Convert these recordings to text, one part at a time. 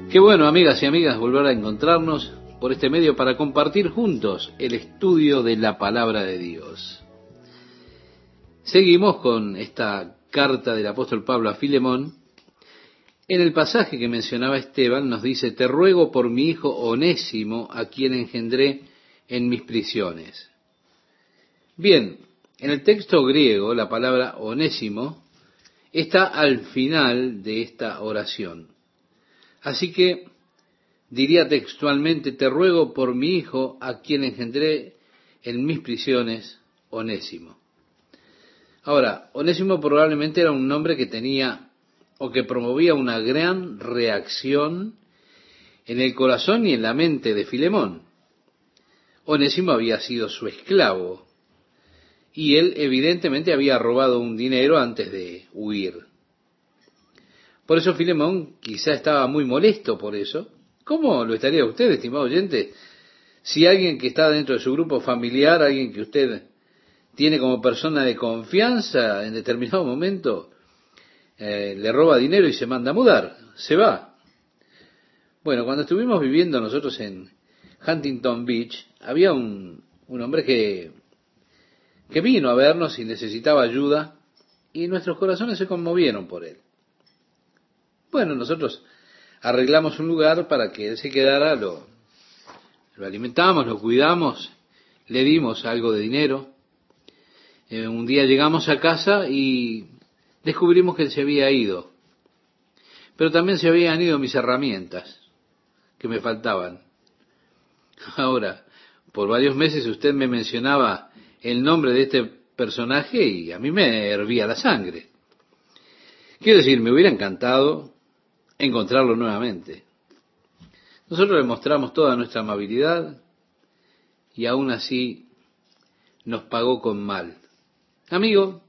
Qué bueno, amigas y amigas, volver a encontrarnos por este medio para compartir juntos el estudio de la palabra de Dios. Seguimos con esta carta del apóstol Pablo a Filemón. En el pasaje que mencionaba Esteban nos dice: te ruego por mi hijo Onésimo, a quien engendré en mis prisiones. Bien, en el texto griego la palabra Onésimo está al final de esta oración. Así que diría textualmente: te ruego por mi hijo, a quien engendré en mis prisiones, Onésimo. Ahora, Onésimo probablemente era un nombre que tenía o que promovía una gran reacción en el corazón y en la mente de Filemón. Onésimo había sido su esclavo y él evidentemente había robado un dinero antes de huir. Por eso Filemón quizá estaba muy molesto por eso. ¿Cómo lo estaría usted, estimado oyente, si alguien que está dentro de su grupo familiar, alguien que usted tiene como persona de confianza, en determinado momento le roba dinero y se manda a mudar, se va? Bueno, cuando estuvimos viviendo nosotros en Huntington Beach, había un hombre que vino a vernos y necesitaba ayuda, y nuestros corazones se conmovieron por él. Bueno, nosotros arreglamos un lugar para que él se quedara, lo alimentamos, lo cuidamos, le dimos algo de dinero. Un día llegamos a casa y descubrimos que él se había ido, pero también se habían ido mis herramientas que me faltaban. Ahora, por varios meses usted me mencionaba el nombre de este personaje y a mí me hervía la sangre. Quiero decir, me hubiera encantado encontrarlo nuevamente. Nosotros le mostramos toda nuestra amabilidad y aún así nos pagó con mal. Amigo,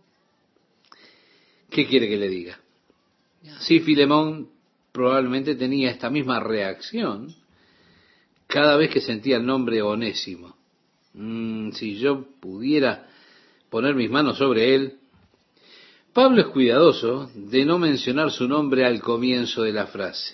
¿qué quiere que le diga? Sí, Filemón probablemente tenía esta misma reacción cada vez que sentía el nombre Onésimo. Si yo pudiera poner mis manos sobre él. Pablo es cuidadoso de no mencionar su nombre al comienzo de la frase.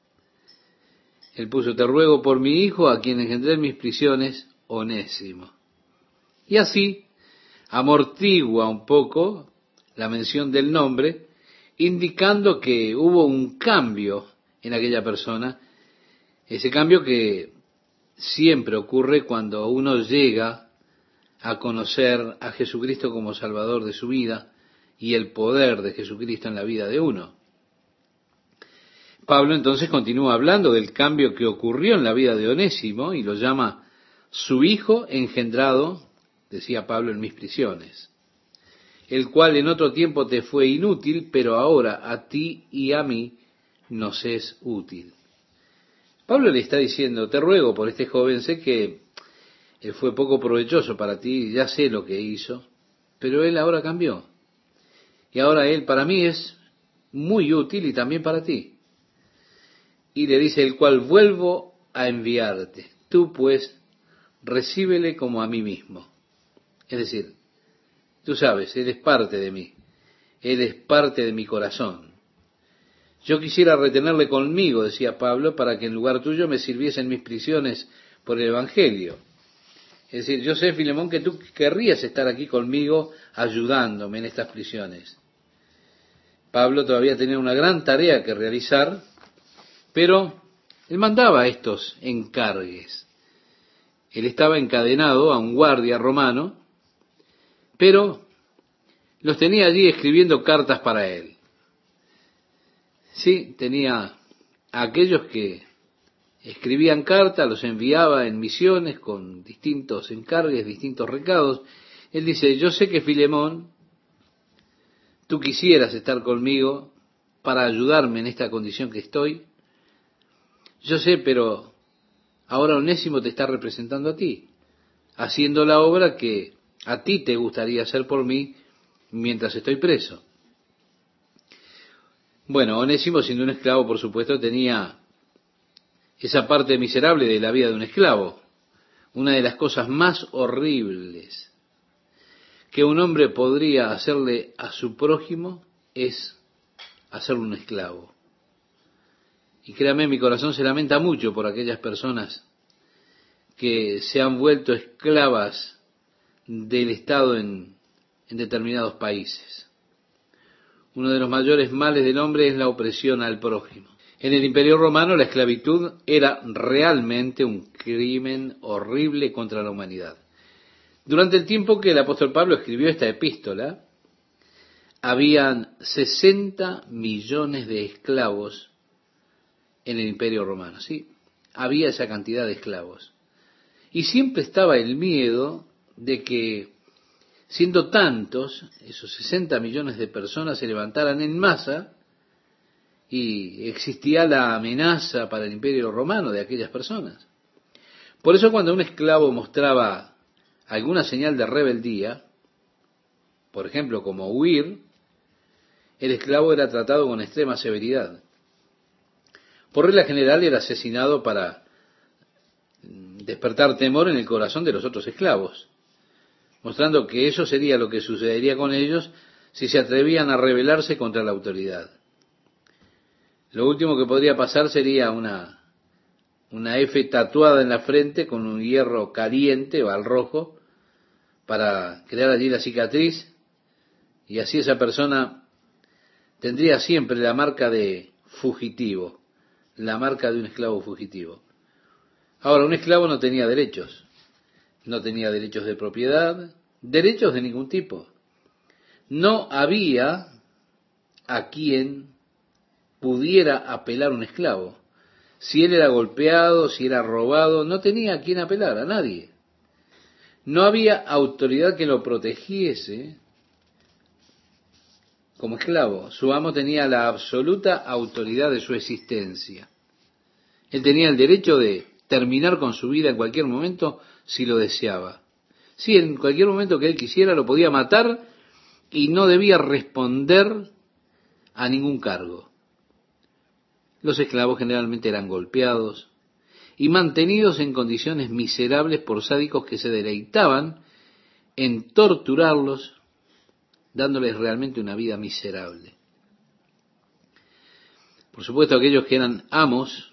Él puso: te ruego por mi hijo, a quien engendré en mis prisiones, Onésimo. Y así amortigua un poco la mención del nombre, indicando que hubo un cambio en aquella persona, ese cambio que siempre ocurre cuando uno llega a conocer a Jesucristo como Salvador de su vida y el poder de Jesucristo en la vida de uno. Pablo entonces continúa hablando del cambio que ocurrió en la vida de Onésimo y lo llama su hijo engendrado, decía Pablo, en mis prisiones, el cual en otro tiempo te fue inútil, pero ahora a ti y a mí nos es útil. Pablo le está diciendo: te ruego por este joven, sé que él fue poco provechoso para ti, ya sé lo que hizo, pero él ahora cambió. Y ahora él para mí es muy útil y también para ti. Y le dice: el cual vuelvo a enviarte. Tú pues recíbele como a mí mismo. Es decir, tú sabes, él es parte de mí. Él es parte de mi corazón. Yo quisiera retenerle conmigo, decía Pablo, para que en lugar tuyo me sirviese en mis prisiones por el Evangelio. Es decir, yo sé, Filemón, que tú querrías estar aquí conmigo ayudándome en estas prisiones. Pablo todavía tenía una gran tarea que realizar, pero él mandaba estos encargues. Él estaba encadenado a un guardia romano, pero los tenía allí escribiendo cartas para él. Sí, tenía a aquellos que escribían cartas, los enviaba en misiones con distintos encargues, distintos recados. Él dice: yo sé que Filemón, tú quisieras estar conmigo para ayudarme en esta condición que estoy. Yo sé, pero ahora Onésimo te está representando a ti, haciendo la obra que a ti te gustaría hacer por mí mientras estoy preso. Bueno, Onésimo, siendo un esclavo, por supuesto, tenía esa parte miserable de la vida de un esclavo. Una de las cosas más horribles que un hombre podría hacerle a su prójimo es hacerle un esclavo. Y créame, mi corazón se lamenta mucho por aquellas personas que se han vuelto esclavas del Estado en determinados países. Uno de los mayores males del hombre es la opresión al prójimo. En el Imperio Romano la esclavitud era realmente un crimen horrible contra la humanidad. Durante el tiempo que el apóstol Pablo escribió esta epístola, habían 60 millones de esclavos en el Imperio Romano. Sí, había esa cantidad de esclavos. Y siempre estaba el miedo de que, siendo tantos, esos 60 millones de personas se levantaran en masa y existía la amenaza para el Imperio Romano de aquellas personas. Por eso cuando un esclavo mostraba alguna señal de rebeldía, por ejemplo, como huir, el esclavo era tratado con extrema severidad. Por regla general era asesinado para despertar temor en el corazón de los otros esclavos, mostrando que eso sería lo que sucedería con ellos si se atrevían a rebelarse contra la autoridad. Lo último que podría pasar sería una F tatuada en la frente con un hierro caliente o al rojo para crear allí la cicatriz, y así esa persona tendría siempre la marca de fugitivo, la marca de un esclavo fugitivo. Ahora, un esclavo no tenía derechos de propiedad, derechos de ningún tipo. No había a quien pudiera apelar un esclavo. Si él era golpeado, si era robado, no tenía a quien apelar, a nadie. No había autoridad que lo protegiese como esclavo. Su amo tenía la absoluta autoridad de su existencia. Él tenía el derecho de terminar con su vida en cualquier momento si lo deseaba. Sí, en cualquier momento que él quisiera lo podía matar y no debía responder a ningún cargo. Los esclavos generalmente eran golpeados y mantenidos en condiciones miserables por sádicos que se deleitaban en torturarlos, dándoles realmente una vida miserable. Por supuesto, aquellos que eran amos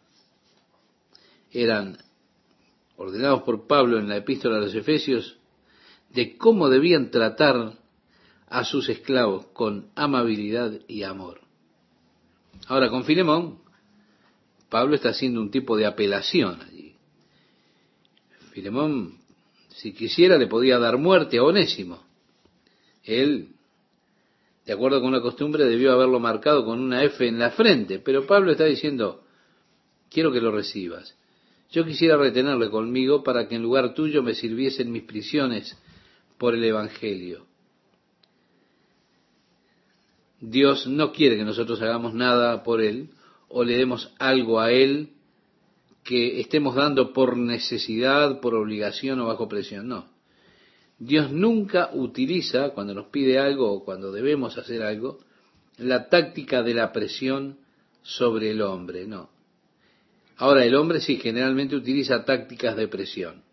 eran ordenados por Pablo en la epístola a los Efesios de cómo debían tratar a sus esclavos con amabilidad y amor. Ahora, con Filemón, Pablo está haciendo un tipo de apelación allí. Filemón, si quisiera, le podía dar muerte a Onésimo. Él, de acuerdo con la costumbre, debió haberlo marcado con una F en la frente, pero Pablo está diciendo, quiero que lo recibas. Yo quisiera retenerle conmigo para que en lugar tuyo me sirviesen mis prisiones por el Evangelio. Dios no quiere que nosotros hagamos nada por Él o le demos algo a Él que estemos dando por necesidad, por obligación o bajo presión. No. Dios nunca utiliza, cuando nos pide algo o cuando debemos hacer algo, la táctica de la presión sobre el hombre. No. Ahora, el hombre sí generalmente utiliza tácticas de presión.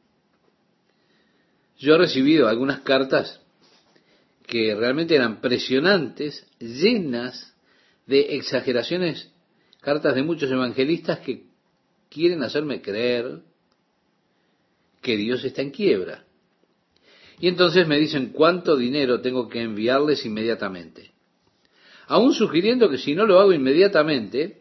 Yo he recibido algunas cartas que realmente eran presionantes, llenas de exageraciones, cartas de muchos evangelistas que quieren hacerme creer que Dios está en quiebra. Y entonces me dicen cuánto dinero tengo que enviarles inmediatamente. Aún sugiriendo que si no lo hago inmediatamente,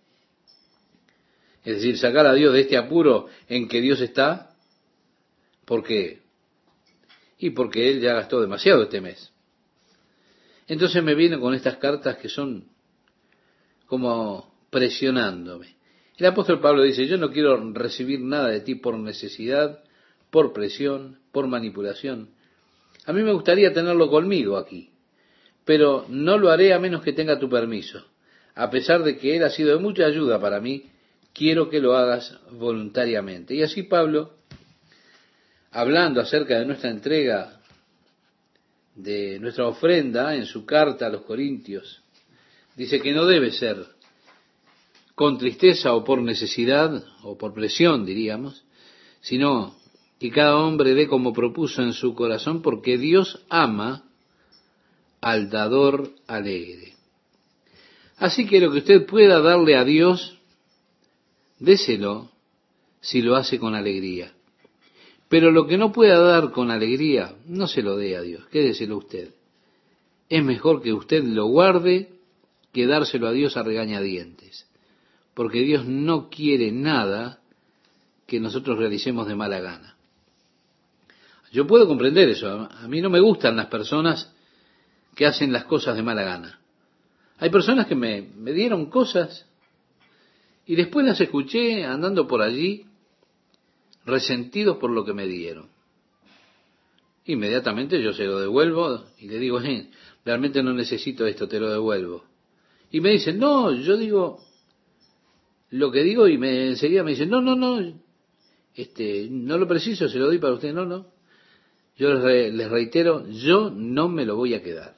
es decir, sacar a Dios de este apuro en que Dios está, ¿por qué? Y porque Él ya gastó demasiado este mes. Entonces me vienen con estas cartas que son como presionándome. El apóstol Pablo dice, yo no quiero recibir nada de ti por necesidad, por presión, por manipulación. A mí me gustaría tenerlo conmigo aquí, pero no lo haré a menos que tenga tu permiso. A pesar de que Él ha sido de mucha ayuda para mí, quiero que lo hagas voluntariamente. Y así Pablo, hablando acerca de nuestra entrega, de nuestra ofrenda en su carta a los Corintios, dice que no debe ser con tristeza o por necesidad o por presión, diríamos, sino que cada hombre dé como propuso en su corazón, porque Dios ama al dador alegre. Así que lo que usted pueda darle a Dios, déselo si lo hace con alegría. Pero lo que no pueda dar con alegría, no se lo dé a Dios, quédeselo usted. Es mejor que usted lo guarde que dárselo a Dios a regañadientes, porque Dios no quiere nada que nosotros realicemos de mala gana. Yo puedo comprender eso. A mí no me gustan las personas que hacen las cosas de mala gana. Hay personas que me dieron cosas y después las escuché andando por allí resentidos por lo que me dieron. Inmediatamente yo se lo devuelvo y le digo, realmente no necesito esto, te lo devuelvo. Y me dicen, no, yo digo lo que digo y enseguida me dicen, no, no lo preciso, se lo doy para usted, no. Yo les reitero, yo no me lo voy a quedar.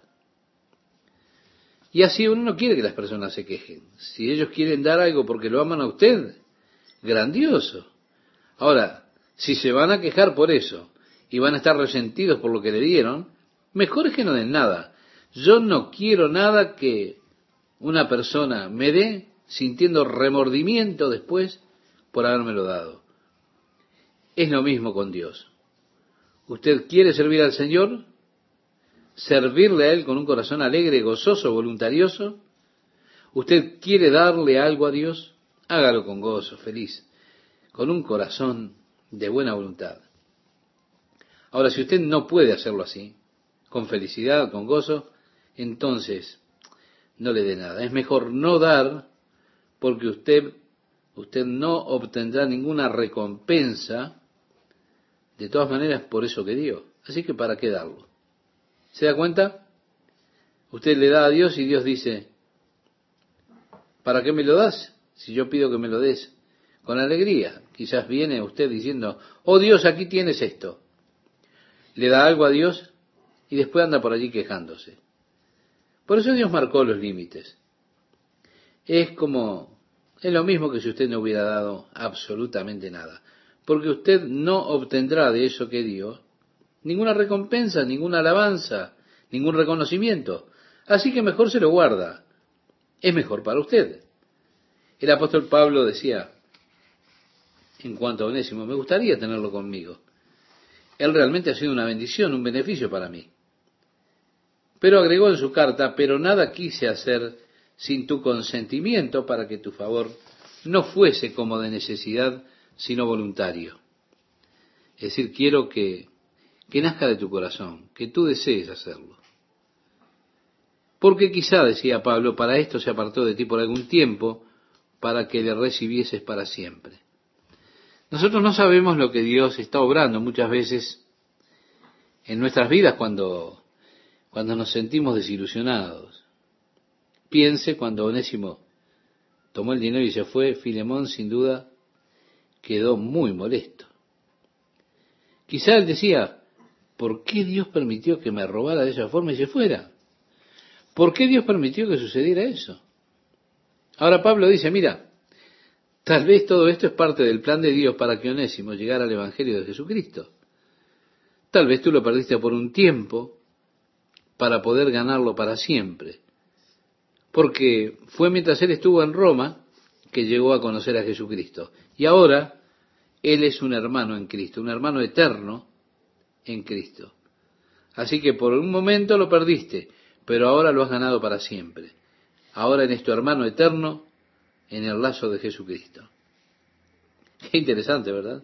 Y así uno no quiere que las personas se quejen. Si ellos quieren dar algo porque lo aman a usted, grandioso. Ahora, si se van a quejar por eso y van a estar resentidos por lo que le dieron, mejor es que no den nada. Yo no quiero nada que una persona me dé sintiendo remordimiento después por habérmelo dado. Es lo mismo con Dios. ¿Usted quiere servir al Señor? ¿Servirle a Él con un corazón alegre, gozoso, voluntarioso? ¿Usted quiere darle algo a Dios? Hágalo con gozo, feliz, con un corazón de buena voluntad. Ahora, si usted no puede hacerlo así, con felicidad, con gozo, entonces no le dé nada. Es mejor no dar porque usted no obtendrá ninguna recompensa de todas maneras por eso que dio. Así que ¿para qué darlo? ¿Se da cuenta? Usted le da a Dios y Dios dice, ¿para qué me lo das? Si yo pido que me lo des con alegría. Quizás viene usted diciendo, oh Dios, aquí tienes esto. Le da algo a Dios y después anda por allí quejándose. Por eso Dios marcó los límites. Es lo mismo que si usted no hubiera dado absolutamente nada. Porque usted no obtendrá de eso que dio ninguna recompensa, ninguna alabanza, ningún reconocimiento. Así que mejor se lo guarda. Es mejor para usted. El apóstol Pablo decía, en cuanto a Onésimo, me gustaría tenerlo conmigo. Él realmente ha sido una bendición, un beneficio para mí. Pero agregó en su carta, pero nada quise hacer sin tu consentimiento para que tu favor no fuese como de necesidad, sino voluntario. Es decir, quiero que nazca de tu corazón, que tú desees hacerlo. Porque quizá, decía Pablo, para esto se apartó de ti por algún tiempo, para que le recibieses para siempre. Nosotros no sabemos lo que Dios está obrando muchas veces en nuestras vidas cuando nos sentimos desilusionados. Piense cuando Onésimo tomó el dinero y se fue, Filemón sin duda quedó muy molesto. Quizá él decía, ¿por qué Dios permitió que me robara de esa forma y se fuera? ¿Por qué Dios permitió que sucediera eso? Ahora Pablo dice, mira, tal vez todo esto es parte del plan de Dios para que Onésimo llegara al Evangelio de Jesucristo. Tal vez tú lo perdiste por un tiempo para poder ganarlo para siempre. Porque fue mientras él estuvo en Roma que llegó a conocer a Jesucristo. Y ahora él es un hermano en Cristo, un hermano eterno en Cristo. Así que por un momento lo perdiste, pero ahora lo has ganado para siempre. Ahora eres tu hermano eterno en el lazo de Jesucristo. Qué interesante, ¿verdad?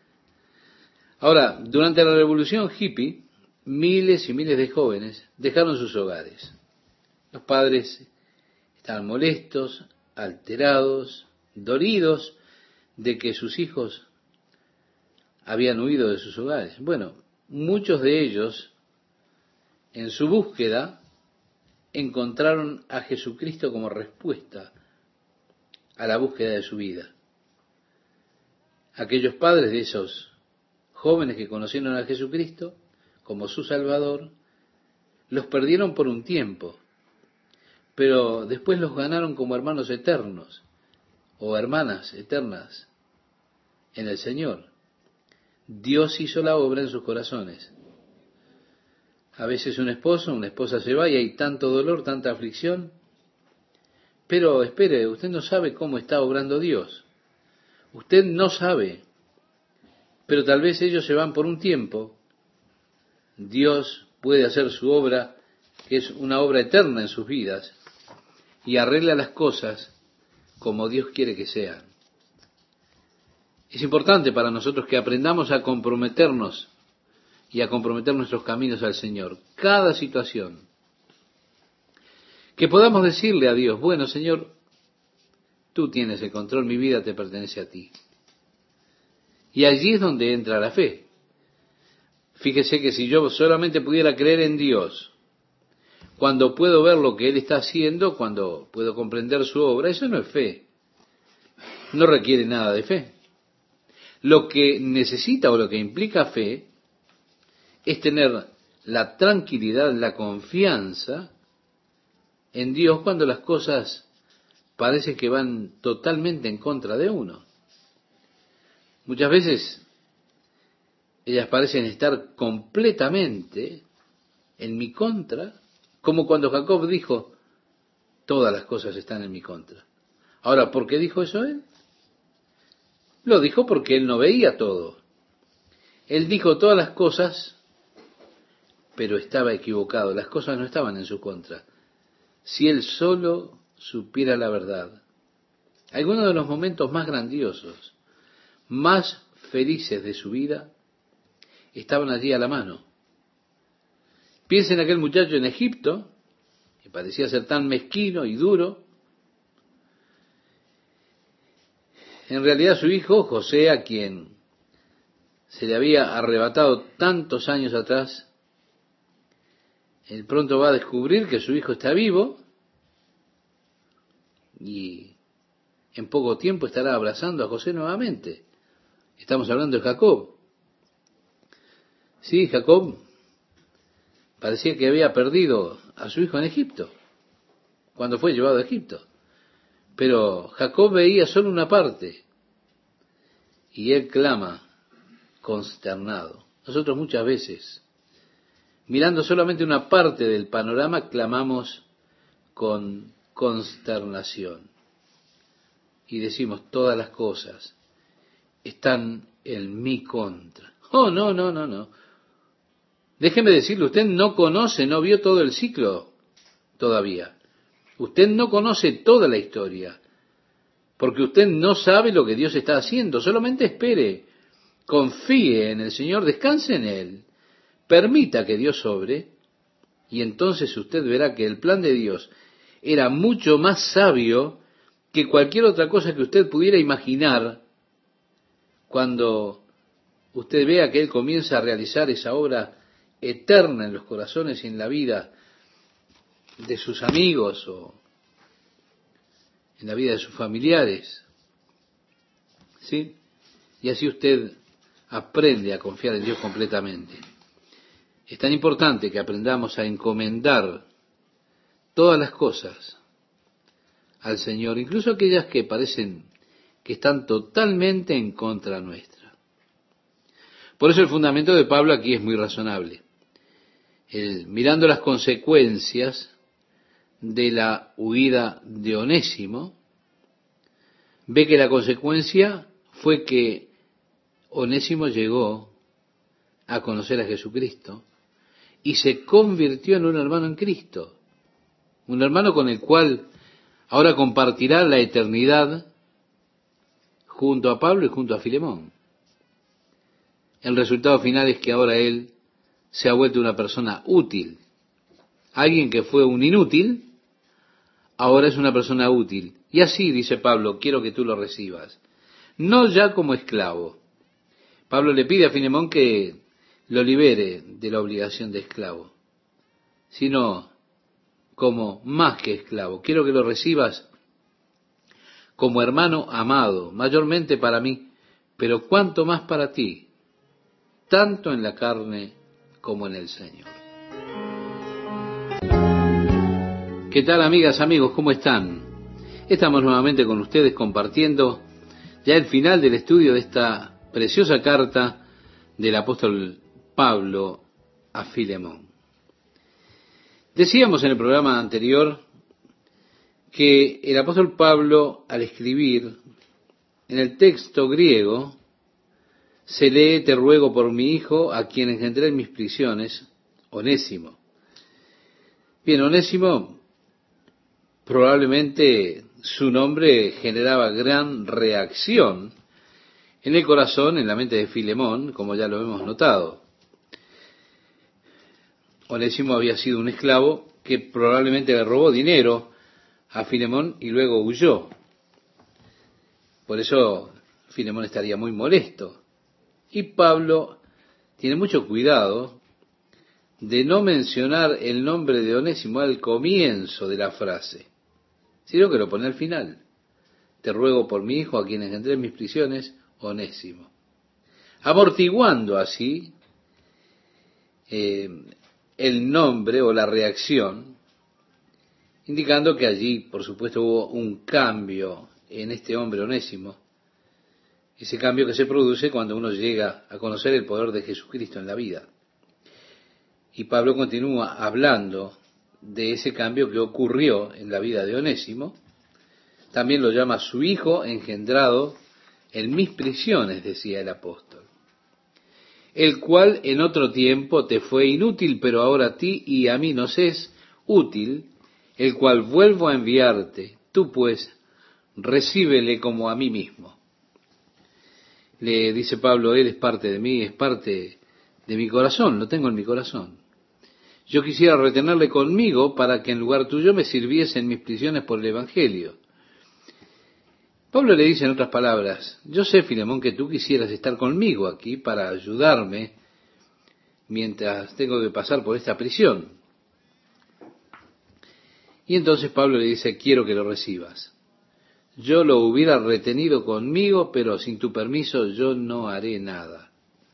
Ahora, durante la revolución hippie, miles y miles de jóvenes dejaron sus hogares. Los padres estaban molestos, alterados, dolidos de que sus hijos habían huido de sus hogares. Bueno, muchos de ellos, en su búsqueda, encontraron a Jesucristo como respuesta a la búsqueda de su vida. Aquellos padres de esos jóvenes que conocieron a Jesucristo como su Salvador, los perdieron por un tiempo, pero después los ganaron como hermanos eternos o hermanas eternas en el Señor. Dios hizo la obra en sus corazones. A veces un esposo, una esposa se va y hay tanto dolor, tanta aflicción, Pero espere, usted no sabe cómo está obrando Dios. Usted no sabe. Pero tal vez ellos se van por un tiempo. Dios puede hacer su obra, que es una obra eterna en sus vidas, y arregla las cosas como Dios quiere que sean. Es importante para nosotros que aprendamos a comprometernos y a comprometer nuestros caminos al Señor. Cada situación. Que podamos decirle a Dios, bueno, Señor, tú tienes el control, mi vida te pertenece a ti. Y allí es donde entra la fe. Fíjese que si yo solamente pudiera creer en Dios, cuando puedo ver lo que Él está haciendo, cuando puedo comprender su obra, eso no es fe. No requiere nada de fe. Lo que necesita o lo que implica fe es tener la tranquilidad, la confianza en Dios cuando las cosas parecen que van totalmente en contra de uno. Muchas veces ellas parecen estar completamente en mi contra, como cuando Jacob dijo, todas las cosas están en mi contra. Ahora, ¿por qué dijo eso él? Lo dijo porque él no veía todo. Él dijo todas las cosas, pero estaba equivocado. Las cosas no estaban en su contra. Si él solo supiera la verdad. Algunos de los momentos más grandiosos, más felices de su vida, estaban allí a la mano. Piensa en aquel muchacho en Egipto, que parecía ser tan mezquino y duro. En realidad su hijo, José, a quien se le había arrebatado tantos años atrás, él pronto va a descubrir que su hijo está vivo y en poco tiempo estará abrazando a José nuevamente. Estamos hablando de Jacob. Sí, Jacob parecía que había perdido a su hijo en Egipto, cuando fue llevado a Egipto. Pero Jacob veía solo una parte y él clama consternado. Nosotros muchas veces, mirando solamente una parte del panorama, clamamos con consternación y decimos todas las cosas están en mi contra. Oh, no, no, no, no. Déjeme decirle, usted no conoce, no vio todo el ciclo todavía. Usted no conoce toda la historia, porque usted no sabe lo que Dios está haciendo. Solamente espere, confíe en el Señor, descanse en Él, permita que Dios obre, y entonces usted verá que el plan de Dios era mucho más sabio que cualquier otra cosa que usted pudiera imaginar cuando usted vea que Él comienza a realizar esa obra eterna en los corazones y en la vida de sus amigos o en la vida de sus familiares. ¿Sí? Y así usted aprende a confiar en Dios completamente. Es tan importante que aprendamos a encomendar todas las cosas al Señor, incluso aquellas que parecen que están totalmente en contra nuestra. Por eso el fundamento de Pablo aquí es muy razonable. Mirando las consecuencias de la huida de Onésimo, ve que la consecuencia fue que Onésimo llegó a conocer a Jesucristo y se convirtió en un hermano en Cristo, un hermano con el cual ahora compartirá la eternidad junto a Pablo y junto a Filemón. El resultado final es que ahora él se ha vuelto una persona útil. Alguien que fue un inútil, ahora es una persona útil. Y así, dice Pablo, quiero que tú lo recibas. No ya como esclavo. Pablo le pide a Filemón que lo libere de la obligación de esclavo, sino como más que esclavo. Quiero que lo recibas como hermano amado, mayormente para mí, pero cuanto más para ti, tanto en la carne como en el Señor. ¿Qué tal, amigas, amigos? ¿Cómo están? Estamos nuevamente con ustedes compartiendo ya el final del estudio de esta preciosa carta del apóstol Pablo a Filemón. Decíamos en el programa anterior que el apóstol Pablo, al escribir en el texto griego, se lee: te ruego por mi hijo, a quien engendré en mis prisiones, Onésimo. Bien, Onésimo, probablemente su nombre generaba gran reacción en el corazón, en la mente de Filemón, como ya lo hemos notado. Onésimo había sido un esclavo que probablemente le robó dinero a Filemón y luego huyó. Por eso Filemón estaría muy molesto. Y Pablo tiene mucho cuidado de no mencionar el nombre de Onésimo al comienzo de la frase, sino que lo pone al final. Te ruego por mi hijo, a quien engendré en mis prisiones, Onésimo. Amortiguando así el nombre o la reacción, indicando que allí, por supuesto, hubo un cambio en este hombre Onésimo, ese cambio que se produce cuando uno llega a conocer el poder de Jesucristo en la vida. Y Pablo continúa hablando de ese cambio que ocurrió en la vida de Onésimo. También lo llama su hijo engendrado en mis prisiones, decía el apóstol, el cual en otro tiempo te fue inútil, pero ahora a ti y a mí nos es útil, el cual vuelvo a enviarte. Tú pues, recíbele como a mí mismo. Le dice Pablo, él es parte de mí, es parte de mi corazón, lo tengo en mi corazón. Yo quisiera retenerle conmigo para que en lugar tuyo me sirviese en mis prisiones por el Evangelio. Pablo le dice en otras palabras: yo sé, Filemón, que tú quisieras estar conmigo aquí para ayudarme mientras tengo que pasar por esta prisión. Y entonces Pablo le dice: quiero que lo recibas. Yo lo hubiera retenido conmigo, pero sin tu permiso yo no haré nada.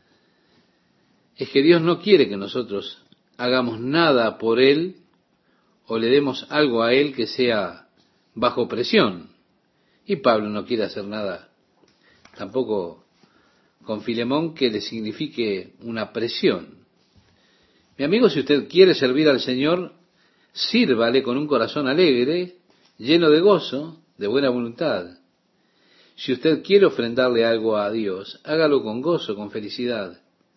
Es que Dios no quiere que nosotros hagamos nada por Él o le demos algo a Él que sea bajo presión. Y Pablo no quiere hacer nada tampoco con Filemón que le signifique una presión. Mi amigo, si usted quiere servir al Señor, sírvale con un corazón alegre, lleno de gozo, de buena voluntad. Si usted quiere ofrendarle algo a Dios, hágalo con gozo, con felicidad.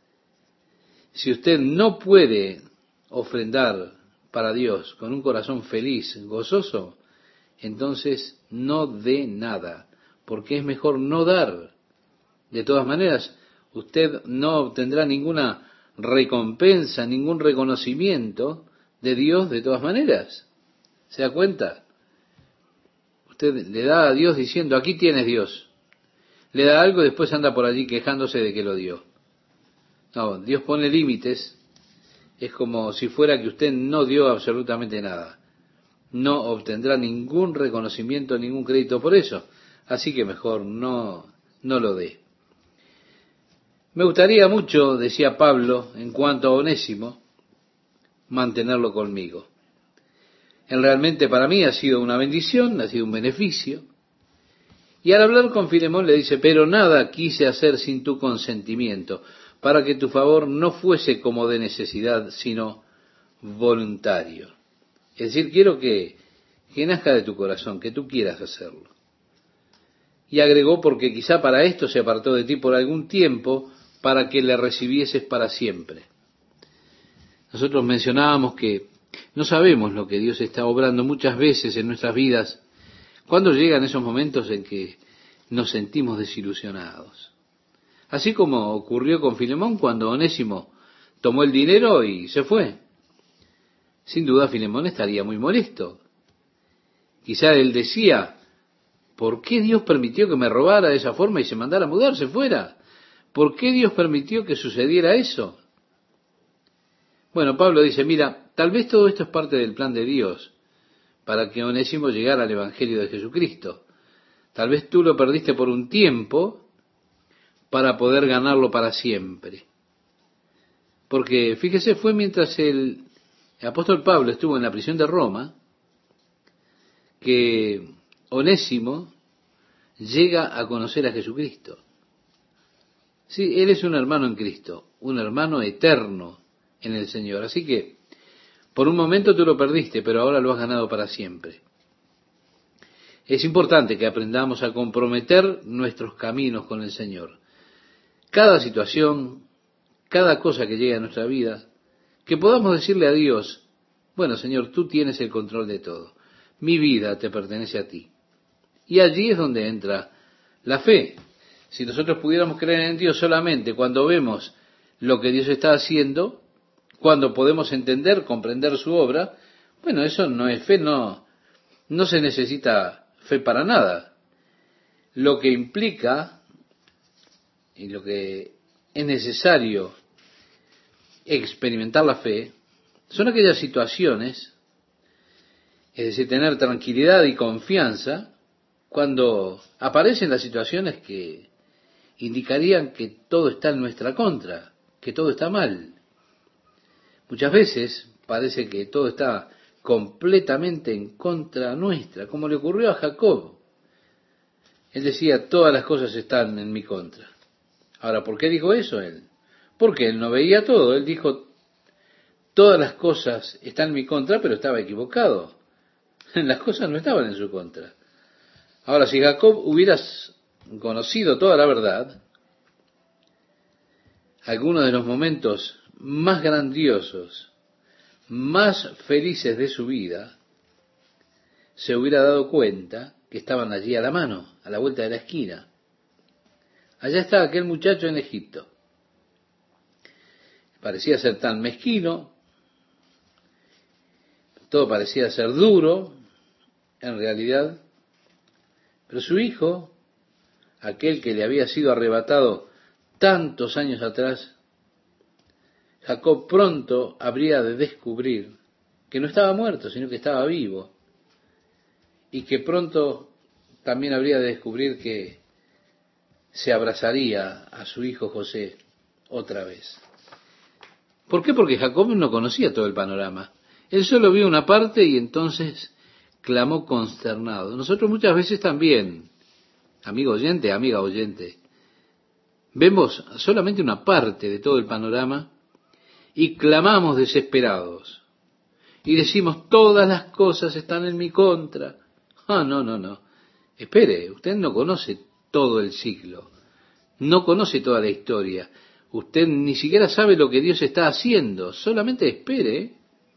Si usted no puede ofrendar para Dios con un corazón feliz, gozoso, entonces no dé nada, porque es mejor no dar. De todas maneras, usted no obtendrá ninguna recompensa, ningún reconocimiento de Dios de todas maneras. ¿Se da cuenta? Usted le da a Dios diciendo: aquí tienes, Dios. Le da algo y después anda por allí quejándose de que lo dio. No, Dios pone límites. Es como si fuera que usted no dio absolutamente nada. No obtendrá ningún reconocimiento, ningún crédito por eso. Así que mejor no lo dé. Me gustaría mucho, decía Pablo, en cuanto a Onésimo, mantenerlo conmigo. Él realmente para mí ha sido una bendición, ha sido un beneficio. Y al hablar con Filemón le dice: pero nada quise hacer sin tu consentimiento, para que tu favor no fuese como de necesidad, sino voluntario. Es decir, quiero que nazca de tu corazón, que tú quieras hacerlo. Y agregó: porque quizá para esto se apartó de ti por algún tiempo, para que le recibieses para siempre. Nosotros mencionábamos que no sabemos lo que Dios está obrando muchas veces en nuestras vidas cuando llegan esos momentos en que nos sentimos desilusionados. Así como ocurrió con Filemón cuando Onésimo tomó el dinero y se fue. Sin duda Filemón estaría muy molesto. Quizá él decía: ¿por qué Dios permitió que me robara de esa forma y se mandara a mudarse fuera? ¿Por qué Dios permitió que sucediera eso? Bueno, Pablo dice: mira, tal vez todo esto es parte del plan de Dios para que Onésimo llegara al Evangelio de Jesucristo. Tal vez tú lo perdiste por un tiempo para poder ganarlo para siempre. Porque, fíjese, fue mientras el apóstol Pablo estuvo en la prisión de Roma que Onésimo llega a conocer a Jesucristo. Sí, él es un hermano en Cristo, un hermano eterno en el Señor. Así que, por un momento tú lo perdiste, pero ahora lo has ganado para siempre. Es importante que aprendamos a comprometer nuestros caminos con el Señor. Cada situación, cada cosa que llegue a nuestra vida, que podamos decirle a Dios, bueno, Señor, tú tienes el control de todo. Mi vida te pertenece a ti. Y allí es donde entra la fe. Si nosotros pudiéramos creer en Dios solamente cuando vemos lo que Dios está haciendo, cuando podemos entender, comprender su obra, bueno, eso no es fe, no se necesita fe para nada. Lo que implica y lo que es necesario experimentar la fe son aquellas situaciones, es decir, tener tranquilidad y confianza cuando aparecen las situaciones que indicarían que todo está en nuestra contra, que todo está mal. Muchas veces parece que todo está completamente en contra nuestra, como le ocurrió a Jacob. Él decía, todas las cosas están en mi contra. Ahora, ¿por qué dijo eso él? Porque él no veía todo. Él dijo, todas las cosas están en mi contra, pero estaba equivocado. Las cosas no estaban en su contra. Ahora, si Jacob hubiera conocido toda la verdad, algunos de los momentos más grandiosos, más felices de su vida, se hubiera dado cuenta que estaban allí a la mano, a la vuelta de la esquina. Allá estaba aquel muchacho en Egipto. Parecía ser tan mezquino, todo parecía ser duro, en realidad, pero su hijo, aquel que le había sido arrebatado tantos años atrás, Jacob pronto habría de descubrir que no estaba muerto, sino que estaba vivo, y que pronto también habría de descubrir que se abrazaría a su hijo José otra vez. ¿Por qué? Porque Jacob no conocía todo el panorama. Él solo vio una parte y entonces clamó consternado. Nosotros muchas veces también, amigo oyente, amiga oyente, vemos solamente una parte de todo el panorama y clamamos desesperados. Y decimos, todas las cosas están en mi contra. No. Espere, usted no conoce todo el ciclo. No conoce toda la historia. Usted ni siquiera sabe lo que Dios está haciendo. Solamente espere.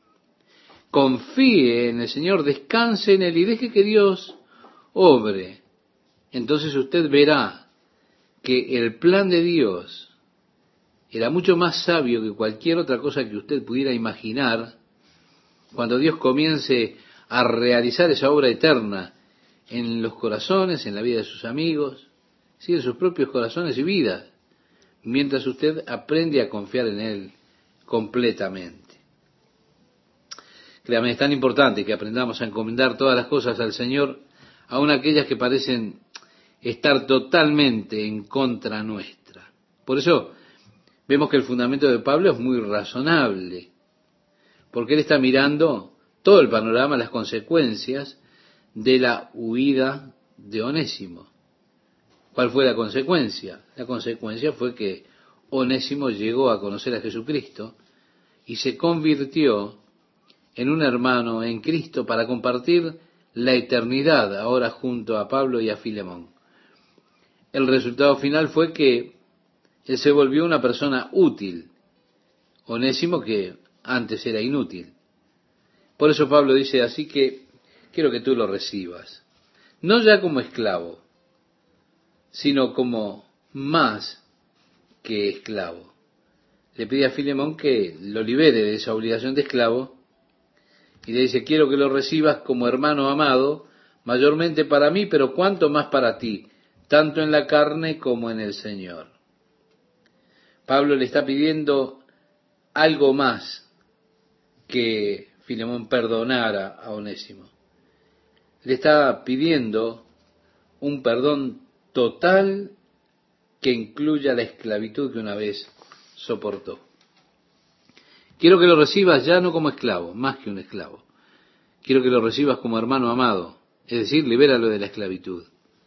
Confíe en el Señor, descanse en Él y deje que Dios obre. Entonces usted verá que el plan de Dios era mucho más sabio que cualquier otra cosa que usted pudiera imaginar cuando Dios comience a realizar esa obra eterna en los corazones, en la vida de sus amigos, sí, en sus propios corazones y vidas, mientras usted aprende a confiar en Él completamente. Créame, es tan importante que aprendamos a encomendar todas las cosas al Señor, aun aquellas que parecen estar totalmente en contra nuestra. Por eso vemos que el fundamento de Pablo es muy razonable, porque él está mirando todo el panorama, las consecuencias de la huida de Onésimo. ¿Cuál fue la consecuencia? La consecuencia fue que Onésimo llegó a conocer a Jesucristo y se convirtió en un hermano en Cristo para compartir la eternidad ahora junto a Pablo y a Filemón. El resultado final fue que él se volvió una persona útil, Onésimo que antes era inútil. Por eso Pablo dice, así que quiero que tú lo recibas, no ya como esclavo, sino como más que esclavo. Le pide a Filemón que lo libere de esa obligación de esclavo y le dice, quiero que lo recibas como hermano amado, mayormente para mí, pero cuanto más para ti, tanto en la carne como en el Señor. Pablo le está pidiendo algo más que Filemón perdonara a Onésimo. Le está pidiendo un perdón total que incluya la esclavitud que una vez soportó. Quiero que lo recibas ya no como esclavo, más que un esclavo. Quiero que lo recibas como hermano amado, es decir, libéralo de la esclavitud.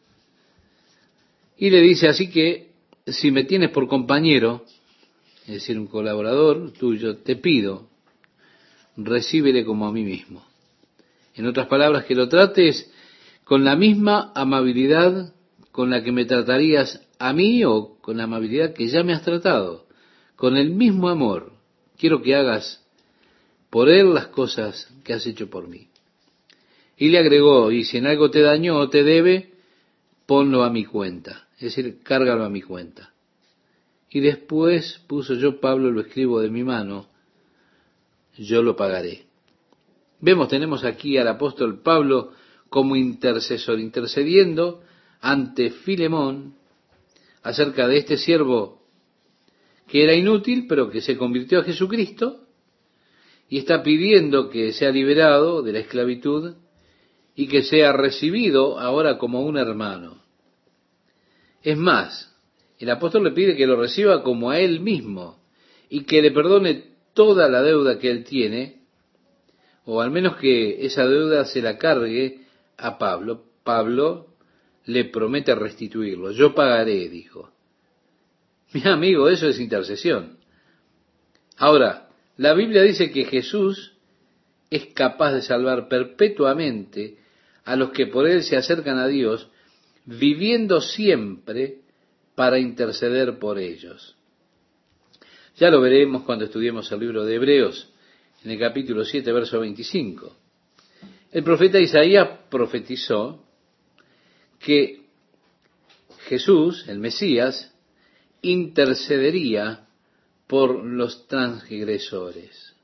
Y le dice, así que si me tienes por compañero, es decir, un colaborador tuyo, te pido, recíbele como a mí mismo. En otras palabras, que lo trates con la misma amabilidad con la que me tratarías a mí o con la amabilidad que ya me has tratado, con el mismo amor. Quiero que hagas por él las cosas que has hecho por mí. Y le agregó, y si en algo te dañó o te debe, ponlo a mi cuenta, es decir, cárgalo a mi cuenta. Y después puso yo, Pablo, lo escribo de mi mano, yo lo pagaré. Vemos, tenemos aquí al apóstol Pablo como intercesor, intercediendo ante Filemón acerca de este siervo que era inútil, pero que se convirtió a Jesucristo, y está pidiendo que sea liberado de la esclavitud y que sea recibido ahora como un hermano. Es más, el apóstol le pide que lo reciba como a él mismo y que le perdone toda la deuda que él tiene, o al menos que esa deuda se la cargue a Pablo. Pablo le promete restituirlo. Yo pagaré, dijo. Mi amigo, eso es intercesión. Ahora, la Biblia dice que Jesús es capaz de salvar perpetuamente a los que por él se acercan a Dios, viviendo siempre para interceder por ellos. Ya lo veremos cuando estudiemos el libro de Hebreos, en el capítulo 7, verso 25. El profeta Isaías profetizó que Jesús, el Mesías, intercedería por los transgresores.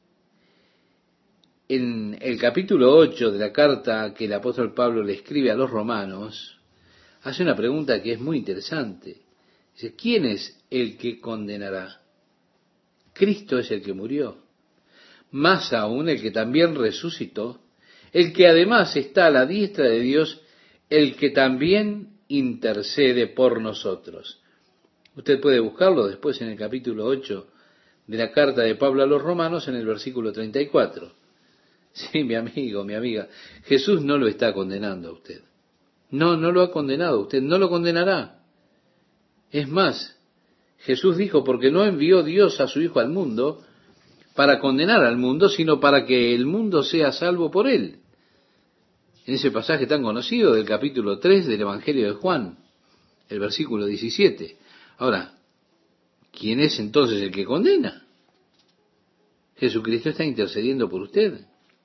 En el capítulo 8 de la carta que el apóstol Pablo le escribe a los romanos, hace una pregunta que es muy interesante. Dice, ¿quién es el que condenará? Cristo es el que murió, más aún el que también resucitó, el que además está a la diestra de Dios, el que también intercede por nosotros. Usted puede buscarlo después en el capítulo 8 de la carta de Pablo a los romanos en el versículo 34. Sí, mi amigo, mi amiga, Jesús no lo está condenando a usted. No, no lo ha condenado, usted no lo condenará. Es más, Jesús dijo, porque no envió Dios a su Hijo al mundo para condenar al mundo, sino para que el mundo sea salvo por él. En ese pasaje tan conocido del capítulo 3 del Evangelio de Juan, el versículo 17. Ahora, ¿quién es entonces el que condena? Jesucristo está intercediendo por usted.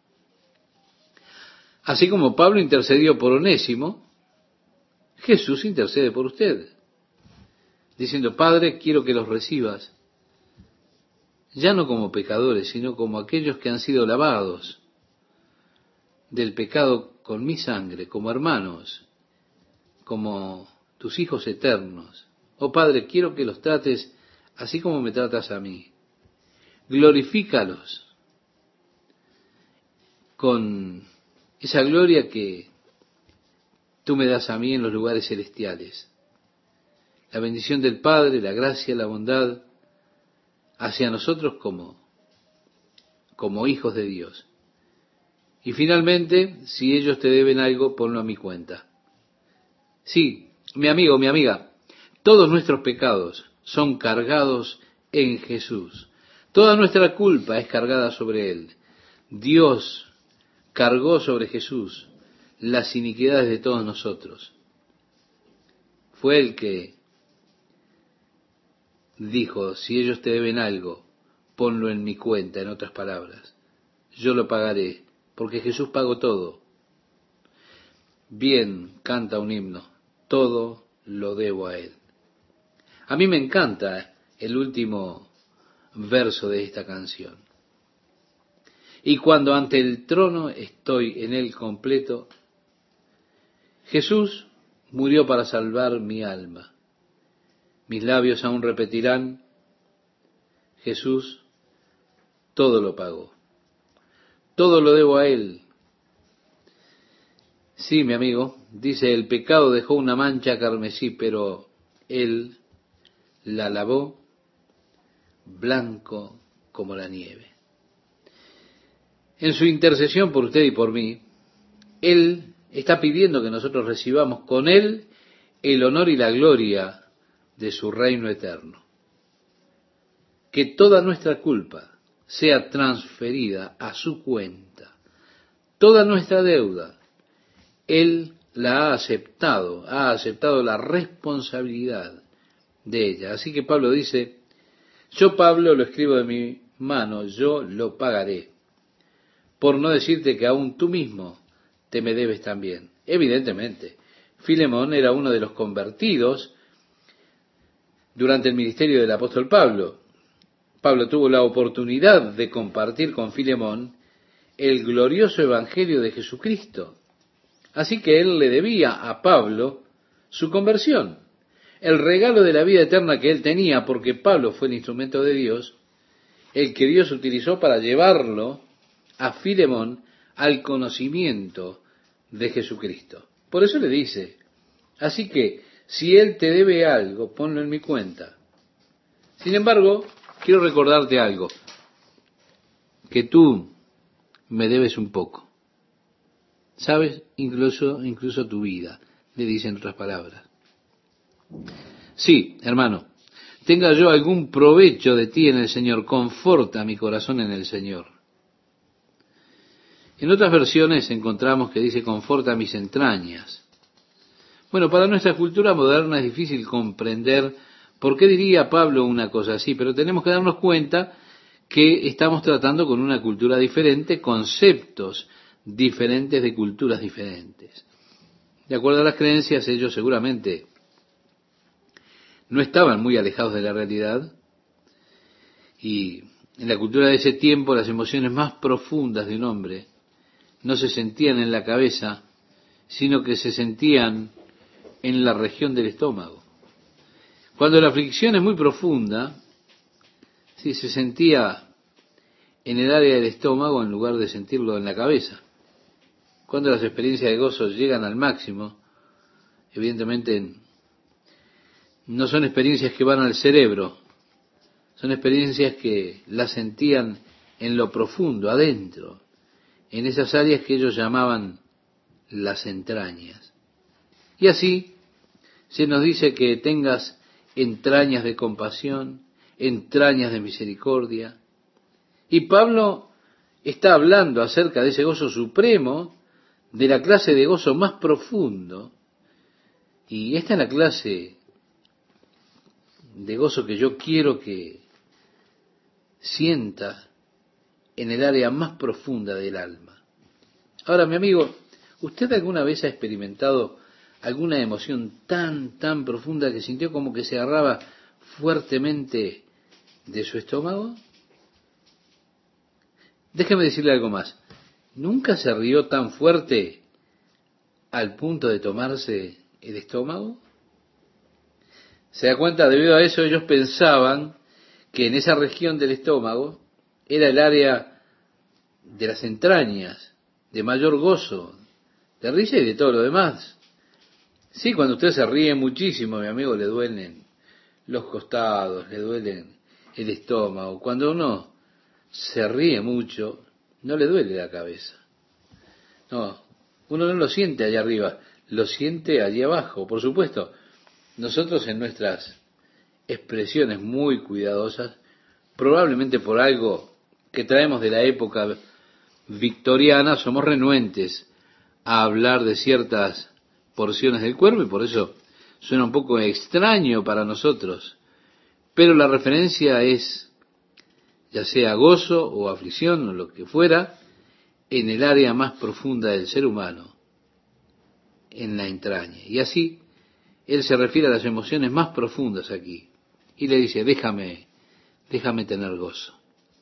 Así como Pablo intercedió por Onésimo, Jesús intercede por usted, diciendo, Padre, quiero que los recibas, ya no como pecadores, sino como aquellos que han sido lavados del pecado con mi sangre, como hermanos, como tus hijos eternos. Oh Padre, quiero que los trates así como me tratas a mí. Glorifícalos con esa gloria que tú me das a mí en los lugares celestiales. La bendición del Padre, la gracia, la bondad hacia nosotros como hijos de Dios. Y finalmente, si ellos te deben algo, ponlo a mi cuenta. Sí, mi amigo, mi amiga, todos nuestros pecados son cargados en Jesús. Toda nuestra culpa es cargada sobre Él. Dios cargó sobre Jesús las iniquidades de todos nosotros. Fue Él que dijo, si ellos te deben algo, ponlo en mi cuenta, en otras palabras. Yo lo pagaré, porque Jesús pagó todo. Bien, canta un himno, todo lo debo a Él. A mí me encanta el último verso de esta canción. Y cuando ante el trono estoy en Él completo, Jesús murió para salvar mi alma. Mis labios aún repetirán, Jesús todo lo pagó. Todo lo debo a Él. Sí, mi amigo, dice, el pecado dejó una mancha carmesí, pero Él la lavó blanco como la nieve. En su intercesión por usted y por mí, Él está pidiendo que nosotros recibamos con Él el honor y la gloria de su reino eterno. Que toda nuestra culpa sea transferida a su cuenta. Toda nuestra deuda, Él la ha aceptado la responsabilidad de ella. Así que Pablo dice, yo Pablo lo escribo de mi mano, yo lo pagaré, por no decirte que aún tú mismo te me debes también. Evidentemente, Filemón era uno de los convertidos durante el ministerio del apóstol Pablo. Pablo tuvo la oportunidad de compartir con Filemón el glorioso evangelio de Jesucristo. Así que él le debía a Pablo su conversión, el regalo de la vida eterna que él tenía, porque Pablo fue el instrumento de Dios, el que Dios utilizó para llevarlo a Filemón al conocimiento de Jesucristo. Por eso le dice, así que si él te debe algo, ponlo en mi cuenta. Sin embargo, quiero recordarte algo, que tú me debes un poco. ¿Sabes? Incluso tu vida, le dice en otras palabras. Sí, hermano, tenga yo algún provecho de ti en el Señor, conforta mi corazón en el Señor. En otras versiones encontramos que dice, conforta mis entrañas. Bueno, para nuestra cultura moderna es difícil comprender por qué diría Pablo una cosa así, pero tenemos que darnos cuenta que estamos tratando con una cultura diferente, conceptos diferentes de culturas diferentes. De acuerdo a las creencias, ellos seguramente no estaban muy alejados de la realidad, y en la cultura de ese tiempo las emociones más profundas de un hombre no se sentían en la cabeza, sino que se sentían en la región del estómago. Cuando la aflicción es muy profunda, sí, se sentía en el área del estómago en lugar de sentirlo en la cabeza. Cuando las experiencias de gozo llegan al máximo, evidentemente no son experiencias que van al cerebro, son experiencias que las sentían en lo profundo, adentro, en esas áreas que ellos llamaban las entrañas. Y así se nos dice que tengas entrañas de compasión, entrañas de misericordia. Y Pablo está hablando acerca de ese gozo supremo, de la clase de gozo más profundo. Y esta es la clase de gozo que yo quiero que sienta en el área más profunda del alma. Ahora, mi amigo, ¿usted alguna vez ha experimentado alguna emoción tan profunda que sintió como que se agarraba fuertemente de su estómago? Déjeme decirle algo más. ¿Nunca se rió tan fuerte al punto de tomarse el estómago? ¿Se da cuenta? Debido a eso ellos pensaban que en esa región del estómago era el área de las entrañas, de mayor gozo, de risa y de todo lo demás. Sí, cuando usted se ríe muchísimo, mi amigo, le duelen los costados, le duelen el estómago. Cuando uno se ríe mucho, no le duele la cabeza. No, uno no lo siente allá arriba, lo siente allí abajo. Por supuesto, nosotros en nuestras expresiones muy cuidadosas, probablemente por algo que traemos de la época victoriana, somos renuentes a hablar de ciertas porciones del cuerpo y por eso suena un poco extraño para nosotros. Pero la referencia es, ya sea gozo o aflicción o lo que fuera, en el área más profunda del ser humano, en la entraña. Y así, él se refiere a las emociones más profundas aquí. Y le dice, déjame tener gozo.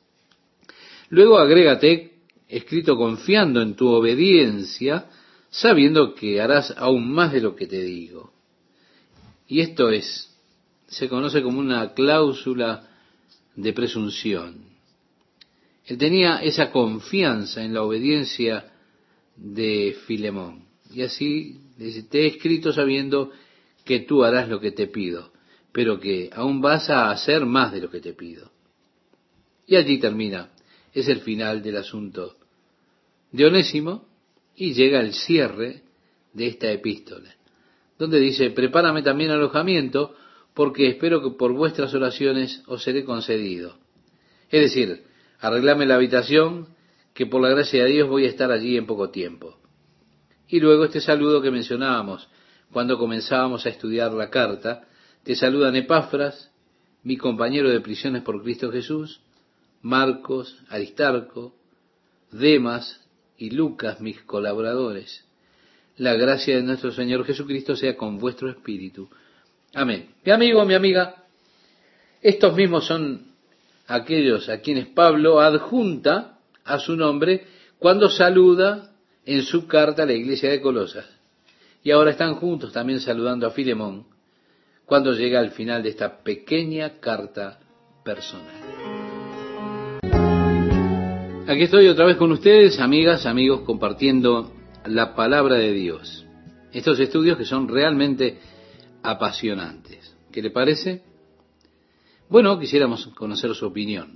Luego agrégate, escrito confiando en tu obediencia, sabiendo que harás aún más de lo que te digo. Y esto se conoce como una cláusula de presunción. Él tenía esa confianza en la obediencia de Filemón. Y así dice, te he escrito sabiendo que tú harás lo que te pido, pero que aún vas a hacer más de lo que te pido. Y allí termina, es el final del asunto de Onésimo, y llega el cierre de esta epístola, donde dice, prepárame también alojamiento, porque espero que por vuestras oraciones os seré concedido. Es decir, arreglame la habitación, que por la gracia de Dios voy a estar allí en poco tiempo. Y luego este saludo que mencionábamos cuando comenzábamos a estudiar la carta. Te saludan Epafras, mi compañero de prisiones por Cristo Jesús, Marcos, Aristarco, Demas y Lucas, mis colaboradores. La gracia de nuestro Señor Jesucristo sea con vuestro espíritu. Amén. Mi amigo, mi amiga, estos mismos son aquellos a quienes Pablo adjunta a su nombre cuando saluda en su carta a la iglesia de Colosas. Y ahora están juntos también saludando a Filemón cuando llega al final de esta pequeña carta personal. Aquí estoy otra vez con ustedes, amigas, amigos, compartiendo la palabra de Dios. Estos estudios que son realmente apasionantes. ¿Qué le parece? Bueno, quisiéramos conocer su opinión.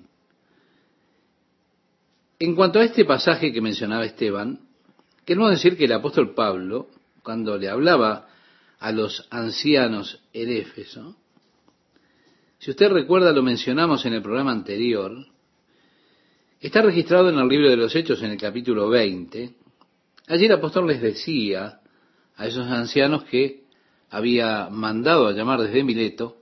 En cuanto a este pasaje que mencionaba Esteban, queremos decir que el apóstol Pablo, cuando le hablaba a los ancianos en Éfeso, si usted recuerda, lo mencionamos en el programa anterior, está registrado en el libro de los Hechos en el capítulo 20. Allí el apóstol les decía a esos ancianos que había mandado a llamar desde Mileto: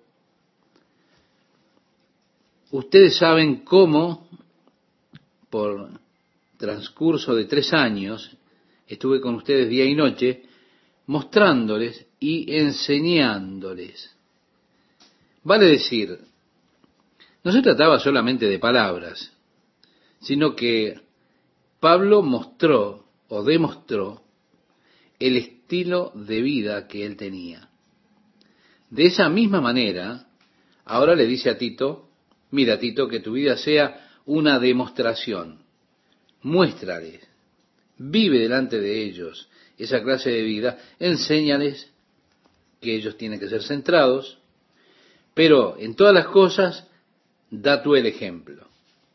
ustedes saben cómo, por transcurso de 3 años, estuve con ustedes día y noche, mostrándoles y enseñándoles. Vale decir, no se trataba solamente de palabras, sino que Pablo mostró o demostró el estilo de vida que él tenía. De esa misma manera, ahora le dice a Tito: mira, Tito, que tu vida sea una demostración. Muéstrales, vive delante de ellos esa clase de vida, enséñales que ellos tienen que ser centrados, pero en todas las cosas da tú el ejemplo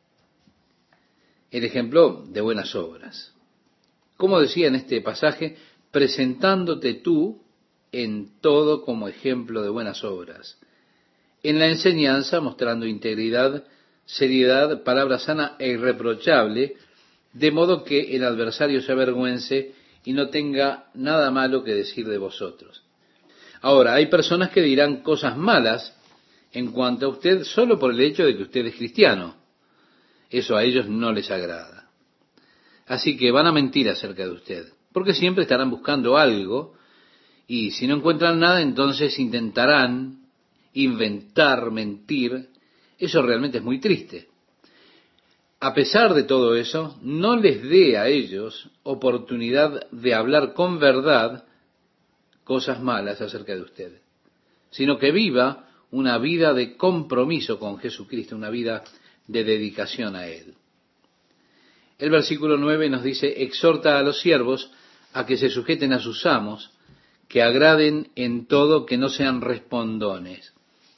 de buenas obras. Como decía en este pasaje, presentándote tú en todo como ejemplo de buenas obras. En la enseñanza, mostrando integridad, seriedad, palabra sana e irreprochable, de modo que el adversario se avergüence y no tenga nada malo que decir de vosotros. Ahora, hay personas que dirán cosas malas en cuanto a usted solo por el hecho de que usted es cristiano. Eso a ellos no les agrada. Así que van a mentir acerca de usted, porque siempre estarán buscando algo, y si no encuentran nada, entonces intentarán inventar, mentir. Eso realmente es muy triste. A pesar de todo eso, no les dé a ellos oportunidad de hablar con verdad cosas malas acerca de usted, sino que viva una vida de compromiso con Jesucristo, una vida de dedicación a Él. El versículo 9 nos dice: exhorta a los siervos a que se sujeten a sus amos, que agraden en todo, que no sean respondones.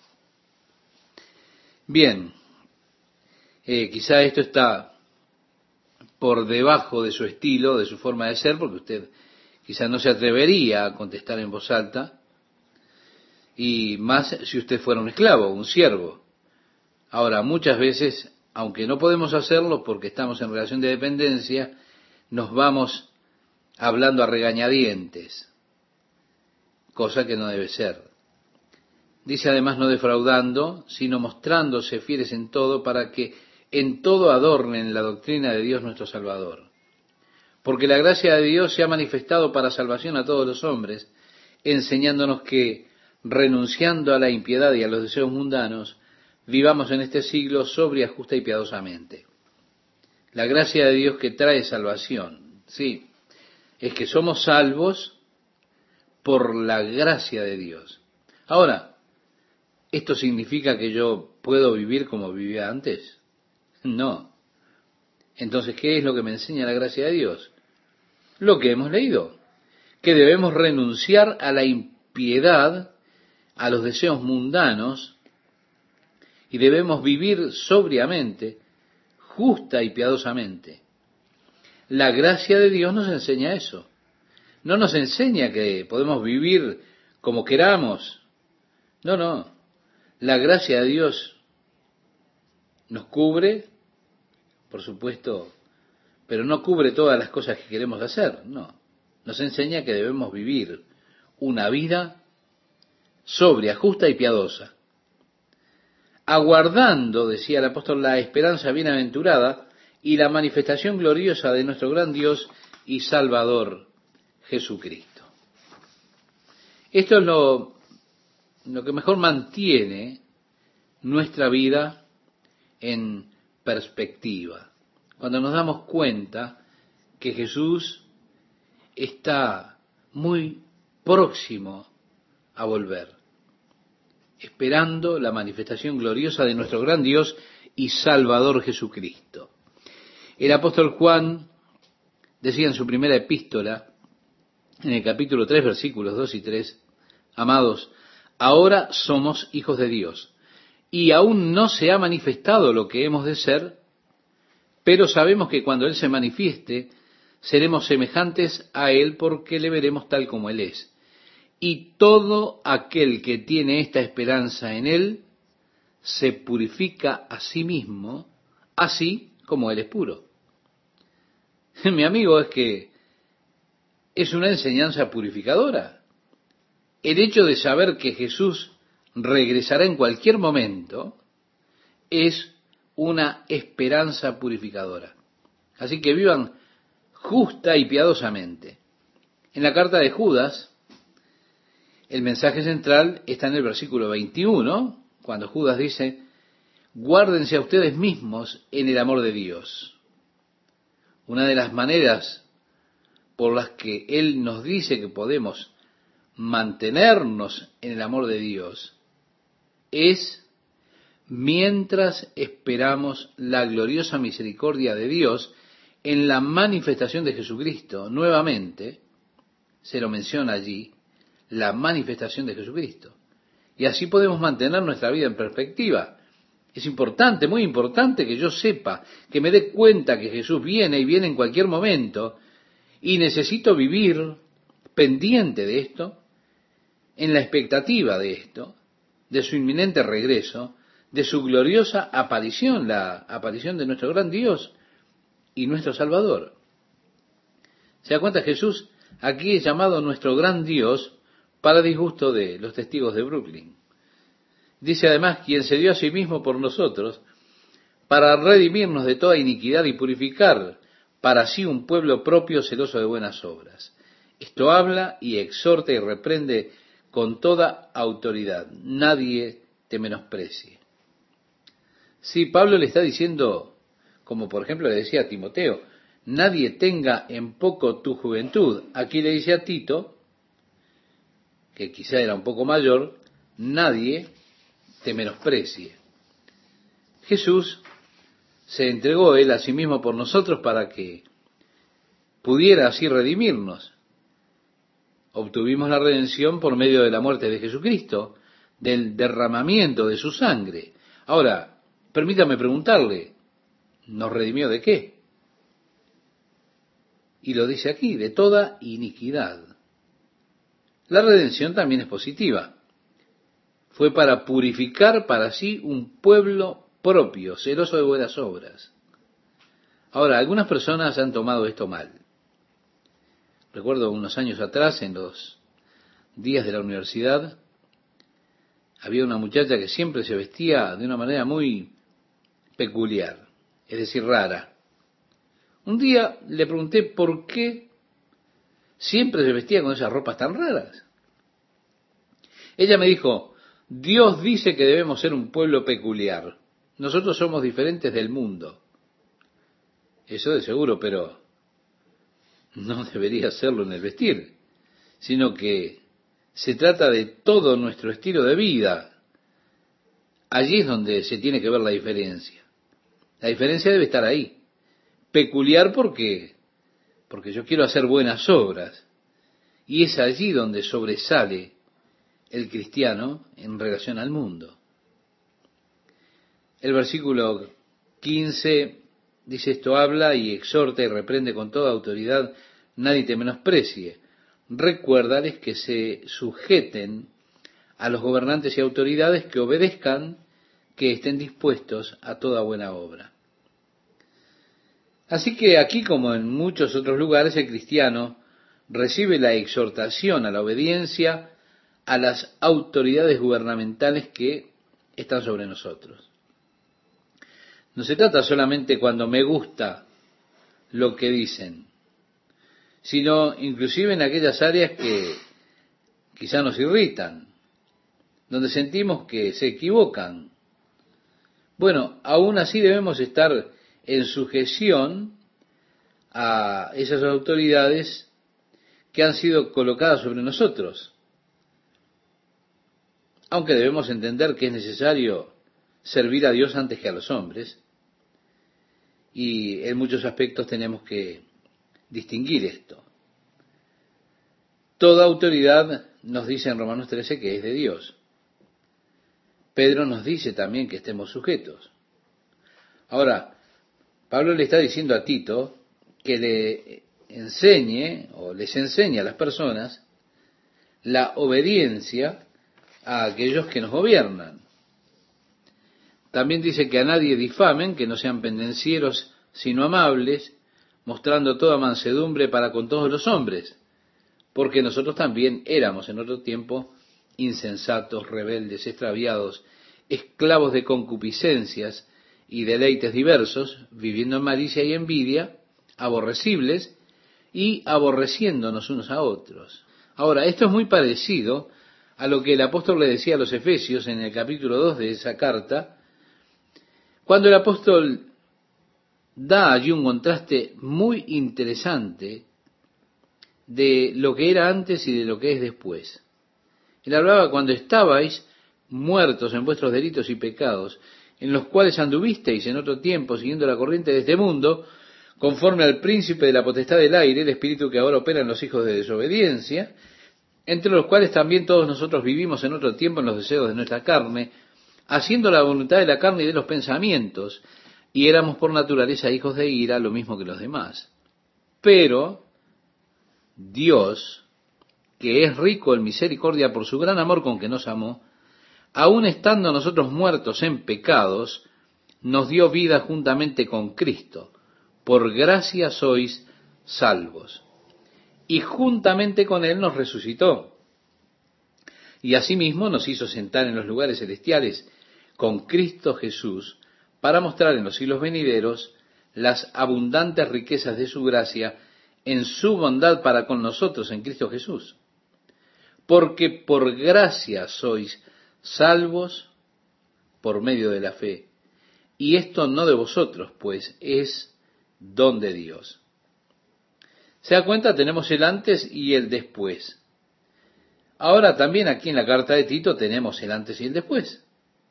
Bien, quizá esto está por debajo de su estilo, de su forma de ser, porque usted quizá no se atrevería a contestar en voz alta, y más si usted fuera un esclavo, un siervo. Ahora, muchas veces, aunque no podemos hacerlo porque estamos en relación de dependencia, nos vamos hablando a regañadientes, cosa que no debe ser. Dice además: no defraudando, sino mostrándose fieles en todo, para que en todo adornen la doctrina de Dios nuestro Salvador. Porque la gracia de Dios se ha manifestado para salvación a todos los hombres, enseñándonos que, renunciando a la impiedad y a los deseos mundanos, vivamos en este siglo sobria, justa y piadosamente. La gracia de Dios que trae salvación, sí, es que somos salvos por la gracia de Dios. Ahora, ¿esto significa que yo puedo vivir como vivía antes? No. Entonces, ¿qué es lo que me enseña la gracia de Dios? Lo que hemos leído, que debemos renunciar a la impiedad, a los deseos mundanos, y debemos vivir sobriamente, justa y piadosamente. La gracia de Dios nos enseña eso. No nos enseña que podemos vivir como queramos. No, no. La gracia de Dios nos cubre, por supuesto, pero no cubre todas las cosas que queremos hacer, no. nos enseña que debemos vivir una vida sobria, justa y piadosa, aguardando, decía el apóstol, la esperanza bienaventurada y la manifestación gloriosa de nuestro gran Dios y Salvador Jesucristo. Esto es lo que mejor mantiene nuestra vida en perspectiva. Cuando nos damos cuenta que Jesús está muy próximo a volver, esperando la manifestación gloriosa de nuestro gran Dios y Salvador Jesucristo. El apóstol Juan decía en su primera epístola, en el capítulo 3, versículos 2 y 3, amados, ahora somos hijos de Dios, y aún no se ha manifestado lo que hemos de ser, pero sabemos que cuando Él se manifieste, seremos semejantes a Él porque le veremos tal como Él es. Y todo aquel que tiene esta esperanza en Él, se purifica a sí mismo, así como Él es puro. Mi amigo, es que es una enseñanza purificadora. El hecho de saber que Jesús regresará en cualquier momento es una esperanza purificadora. Así que vivan justa y piadosamente. En la carta de Judas, el mensaje central está en el versículo 21, cuando Judas dice, guárdense a ustedes mismos en el amor de Dios. Una de las maneras por las que Él nos dice que podemos mantenernos en el amor de Dios es mientras esperamos la gloriosa misericordia de Dios en la manifestación de Jesucristo. Nuevamente, se lo menciona allí, la manifestación de Jesucristo. Y así podemos mantener nuestra vida en perspectiva. Es importante, muy importante que yo sepa, que me dé cuenta que Jesús viene y viene en cualquier momento, y necesito vivir pendiente de esto, en la expectativa de esto, de su inminente regreso, de su gloriosa aparición, la aparición de nuestro gran Dios y nuestro Salvador. ¿Se da cuenta? Jesús aquí es llamado nuestro gran Dios para disgusto de los testigos de Brooklyn. Dice además, quien se dio a sí mismo por nosotros, para redimirnos de toda iniquidad y purificar para sí un pueblo propio celoso de buenas obras. Esto habla y exhorta y reprende con toda autoridad. Nadie te menosprecie. Sí, Pablo le está diciendo, como por ejemplo le decía a Timoteo, nadie tenga en poco tu juventud. Aquí le dice a Tito, que quizá era un poco mayor, nadie te menosprecie. Jesús se entregó Él a sí mismo por nosotros para que pudiera así redimirnos. Obtuvimos la redención por medio de la muerte de Jesucristo, del derramamiento de su sangre. Ahora, permítame preguntarle, ¿nos redimió de qué? Y lo dice aquí, de toda iniquidad. La redención también es positiva. Fue para purificar para sí un pueblo propio, celoso de buenas obras. Ahora, algunas personas han tomado esto mal. Recuerdo unos años atrás, en los días de la universidad, había una muchacha que siempre se vestía de una manera muy peculiar, es decir, rara. Un día le pregunté por qué siempre se vestía con esas ropas tan raras. Ella me dijo, Dios dice que debemos ser un pueblo peculiar. Nosotros somos diferentes del mundo. Eso de seguro, pero no debería serlo en el vestir, sino que se trata de todo nuestro estilo de vida. Allí es donde se tiene que ver la diferencia. La diferencia debe estar ahí. Peculiar porque yo quiero hacer buenas obras. Y es allí donde sobresale el cristiano en relación al mundo. El versículo 15 dice, esto habla y exhorta y reprende con toda autoridad, nadie te menosprecie. Recuérdales que se sujeten a los gobernantes y autoridades, que obedezcan, que estén dispuestos a toda buena obra. Así que aquí, como en muchos otros lugares, el cristiano recibe la exhortación a la obediencia a las autoridades gubernamentales que están sobre nosotros. No se trata solamente cuando me gusta lo que dicen, sino inclusive en aquellas áreas que quizá nos irritan, donde sentimos que se equivocan. Bueno, aún así debemos estar en sujeción a esas autoridades que han sido colocadas sobre nosotros, aunque debemos entender que es necesario servir a Dios antes que a los hombres, y en muchos aspectos tenemos que distinguir esto. Toda autoridad nos dice en Romanos 13 que es de Dios. Pedro nos dice también que estemos sujetos. Ahora, Pablo le está diciendo a Tito que le enseñe o les enseñe a las personas la obediencia a aquellos que nos gobiernan. También dice que a nadie difamen, que no sean pendencieros, sino amables, mostrando toda mansedumbre para con todos los hombres, porque nosotros también éramos en otro tiempo insensatos, rebeldes, extraviados, esclavos de concupiscencias y deleites diversos, viviendo en malicia y envidia, aborrecibles y aborreciéndonos unos a otros. Ahora, esto es muy parecido a lo que el apóstol le decía a los Efesios en el capítulo 2 de esa carta, cuando el apóstol da allí un contraste muy interesante de lo que era antes y de lo que es después. Él hablaba cuando estabais muertos en vuestros delitos y pecados, en los cuales anduvisteis en otro tiempo siguiendo la corriente de este mundo, conforme al príncipe de la potestad del aire, el espíritu que ahora opera en los hijos de desobediencia, entre los cuales también todos nosotros vivimos en otro tiempo en los deseos de nuestra carne, haciendo la voluntad de la carne y de los pensamientos, y éramos por naturaleza hijos de ira, lo mismo que los demás. Pero Dios, que es rico en misericordia por su gran amor con que nos amó, aun estando nosotros muertos en pecados, nos dio vida juntamente con Cristo. Por gracia sois salvos. Y juntamente con Él nos resucitó. Y asimismo nos hizo sentar en los lugares celestiales con Cristo Jesús, para mostrar en los siglos venideros las abundantes riquezas de su gracia en su bondad para con nosotros en Cristo Jesús. Porque por gracia sois salvos por medio de la fe. Y esto no de vosotros, pues es don de Dios. ¿Se da cuenta? Tenemos el antes y el después. Ahora también aquí en la carta de Tito tenemos el antes y el después.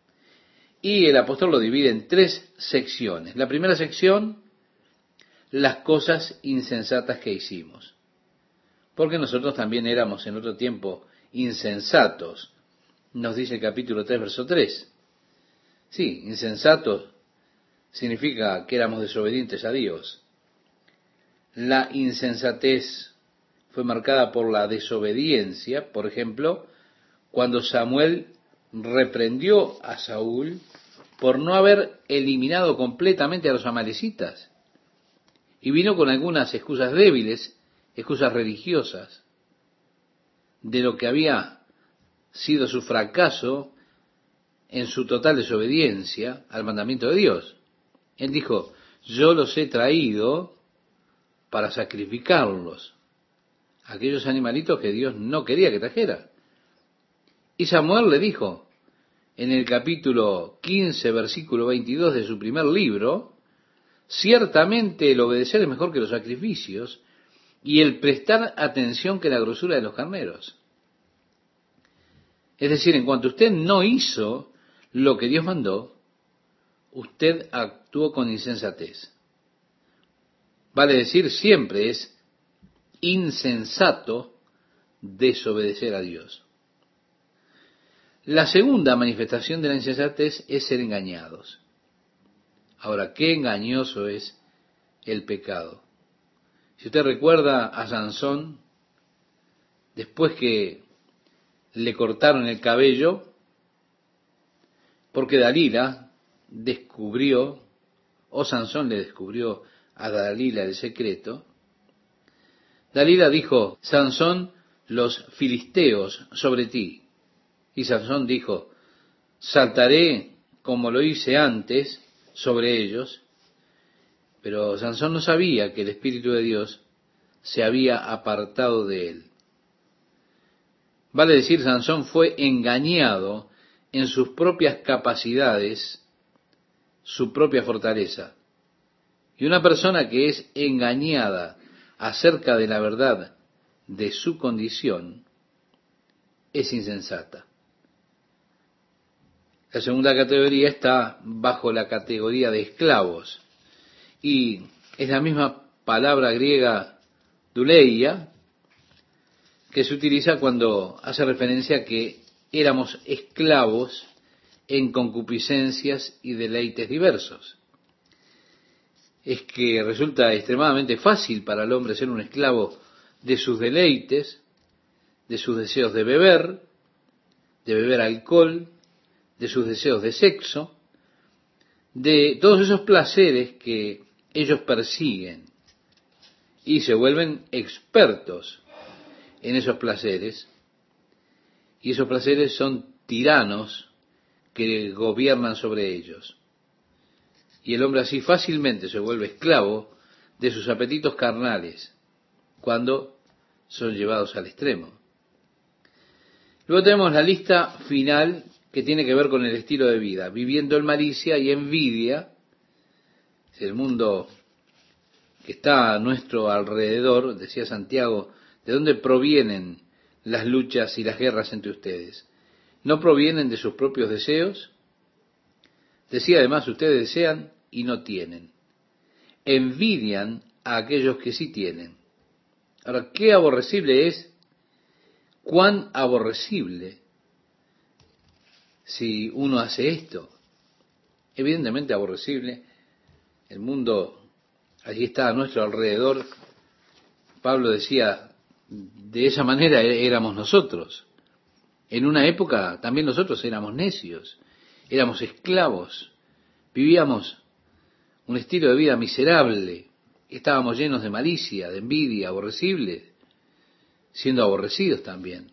Y el apóstol lo divide en 3 secciones. La primera sección, las cosas insensatas que hicimos. Porque nosotros también éramos en otro tiempo insensatos. Nos dice el capítulo 3, verso 3. Sí, insensatos significa que éramos desobedientes a Dios. La insensatez fue marcada por la desobediencia. Por ejemplo, cuando Samuel reprendió a Saúl por no haber eliminado completamente a los amalecitas. Y vino con algunas excusas débiles, excusas religiosas, de lo que había sido su fracaso en su total desobediencia al mandamiento de Dios. Él dijo, yo los he traído para sacrificarlos, aquellos animalitos que Dios no quería que trajera. Y Samuel le dijo, en el capítulo 15, versículo 22 de su primer libro, ciertamente el obedecer es mejor que los sacrificios y el prestar atención que la grosura de los carneros. Es decir, en cuanto usted no hizo lo que Dios mandó, usted actuó con insensatez. Vale decir, siempre es insensato desobedecer a Dios. La segunda manifestación de la insensatez es ser engañados. Ahora, qué engañoso es el pecado. Si usted recuerda a Sansón, después que le cortaron el cabello, porque Dalila descubrió, o Sansón le descubrió a Dalila el secreto, Dalila dijo, Sansón, los filisteos sobre ti. Y Sansón dijo, saltaré como lo hice antes sobre ellos. Pero Sansón no sabía que el Espíritu de Dios se había apartado de él. Vale decir, Sansón fue engañado en sus propias capacidades, su propia fortaleza. Y una persona que es engañada acerca de la verdad de su condición es insensata. La segunda categoría está bajo la categoría de esclavos. Y es la misma palabra griega duleia que se utiliza cuando hace referencia a que éramos esclavos en concupiscencias y deleites diversos. Es que resulta extremadamente fácil para el hombre ser un esclavo de sus deleites, de sus deseos de beber alcohol, de sus deseos de sexo, de todos esos placeres que ellos persiguen y se vuelven expertos en esos placeres, y esos placeres son tiranos que gobiernan sobre ellos. Y el hombre así fácilmente se vuelve esclavo de sus apetitos carnales cuando son llevados al extremo. Luego tenemos la lista final que tiene que ver con el estilo de vida, viviendo en malicia y envidia. El mundo que está a nuestro alrededor, decía Santiago, ¿de dónde provienen las luchas y las guerras entre ustedes? ¿No provienen de sus propios deseos? Decía además, ustedes desean y no tienen. Envidian a aquellos que sí tienen. Ahora, qué aborrecible es, cuán aborrecible si uno hace esto. Evidentemente aborrecible. El mundo allí está a nuestro alrededor. Pablo decía, de esa manera éramos nosotros. En una época también nosotros éramos necios, éramos esclavos, vivíamos un estilo de vida miserable, estábamos llenos de malicia, de envidia, aborrecibles, siendo aborrecidos también.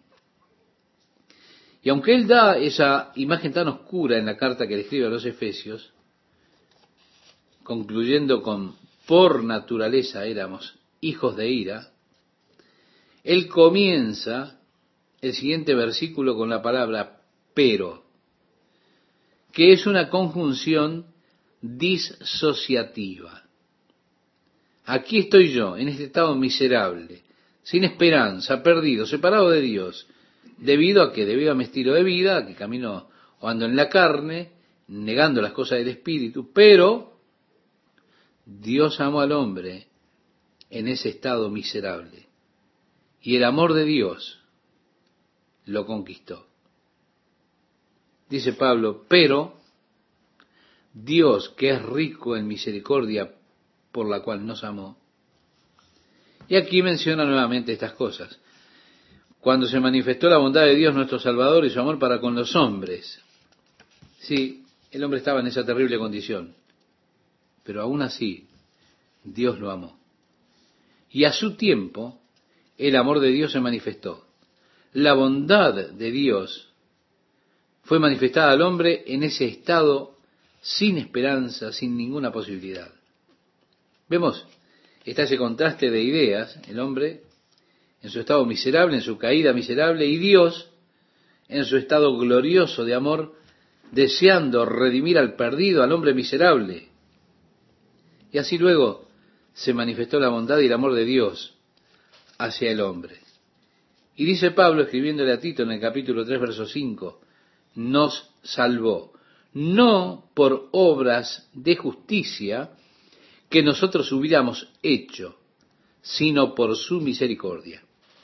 Y aunque él da esa imagen tan oscura en la carta que le escribe a los Efesios, concluyendo con por naturaleza éramos hijos de ira, él comienza el siguiente versículo con la palabra pero, que es una conjunción disociativa. Aquí estoy yo, en este estado miserable, sin esperanza, perdido, separado de Dios. ¿Debido a qué? Debido a mi estilo de vida, que camino o ando en la carne, negando las cosas del Espíritu, pero Dios amó al hombre en ese estado miserable. Y el amor de Dios lo conquistó. Dice Pablo, pero Dios, que es rico en misericordia, por la cual nos amó. Y aquí menciona nuevamente estas cosas. Cuando se manifestó la bondad de Dios nuestro Salvador y su amor para con los hombres. Sí, el hombre estaba en esa terrible condición, pero aún así Dios lo amó. Y a su tiempo el amor de Dios se manifestó. La bondad de Dios fue manifestada al hombre en ese estado sin esperanza, sin ninguna posibilidad. Vemos, está ese contraste de ideas, el hombre en su estado miserable, en su caída miserable, y Dios en su estado glorioso de amor, deseando redimir al perdido, al hombre miserable. Y así luego se manifestó la bondad y el amor de Dios hacia el hombre. Y dice Pablo, escribiéndole a Tito en el capítulo 3, verso 5, nos salvó, no por obras de justicia que nosotros hubiéramos hecho, sino por su misericordia.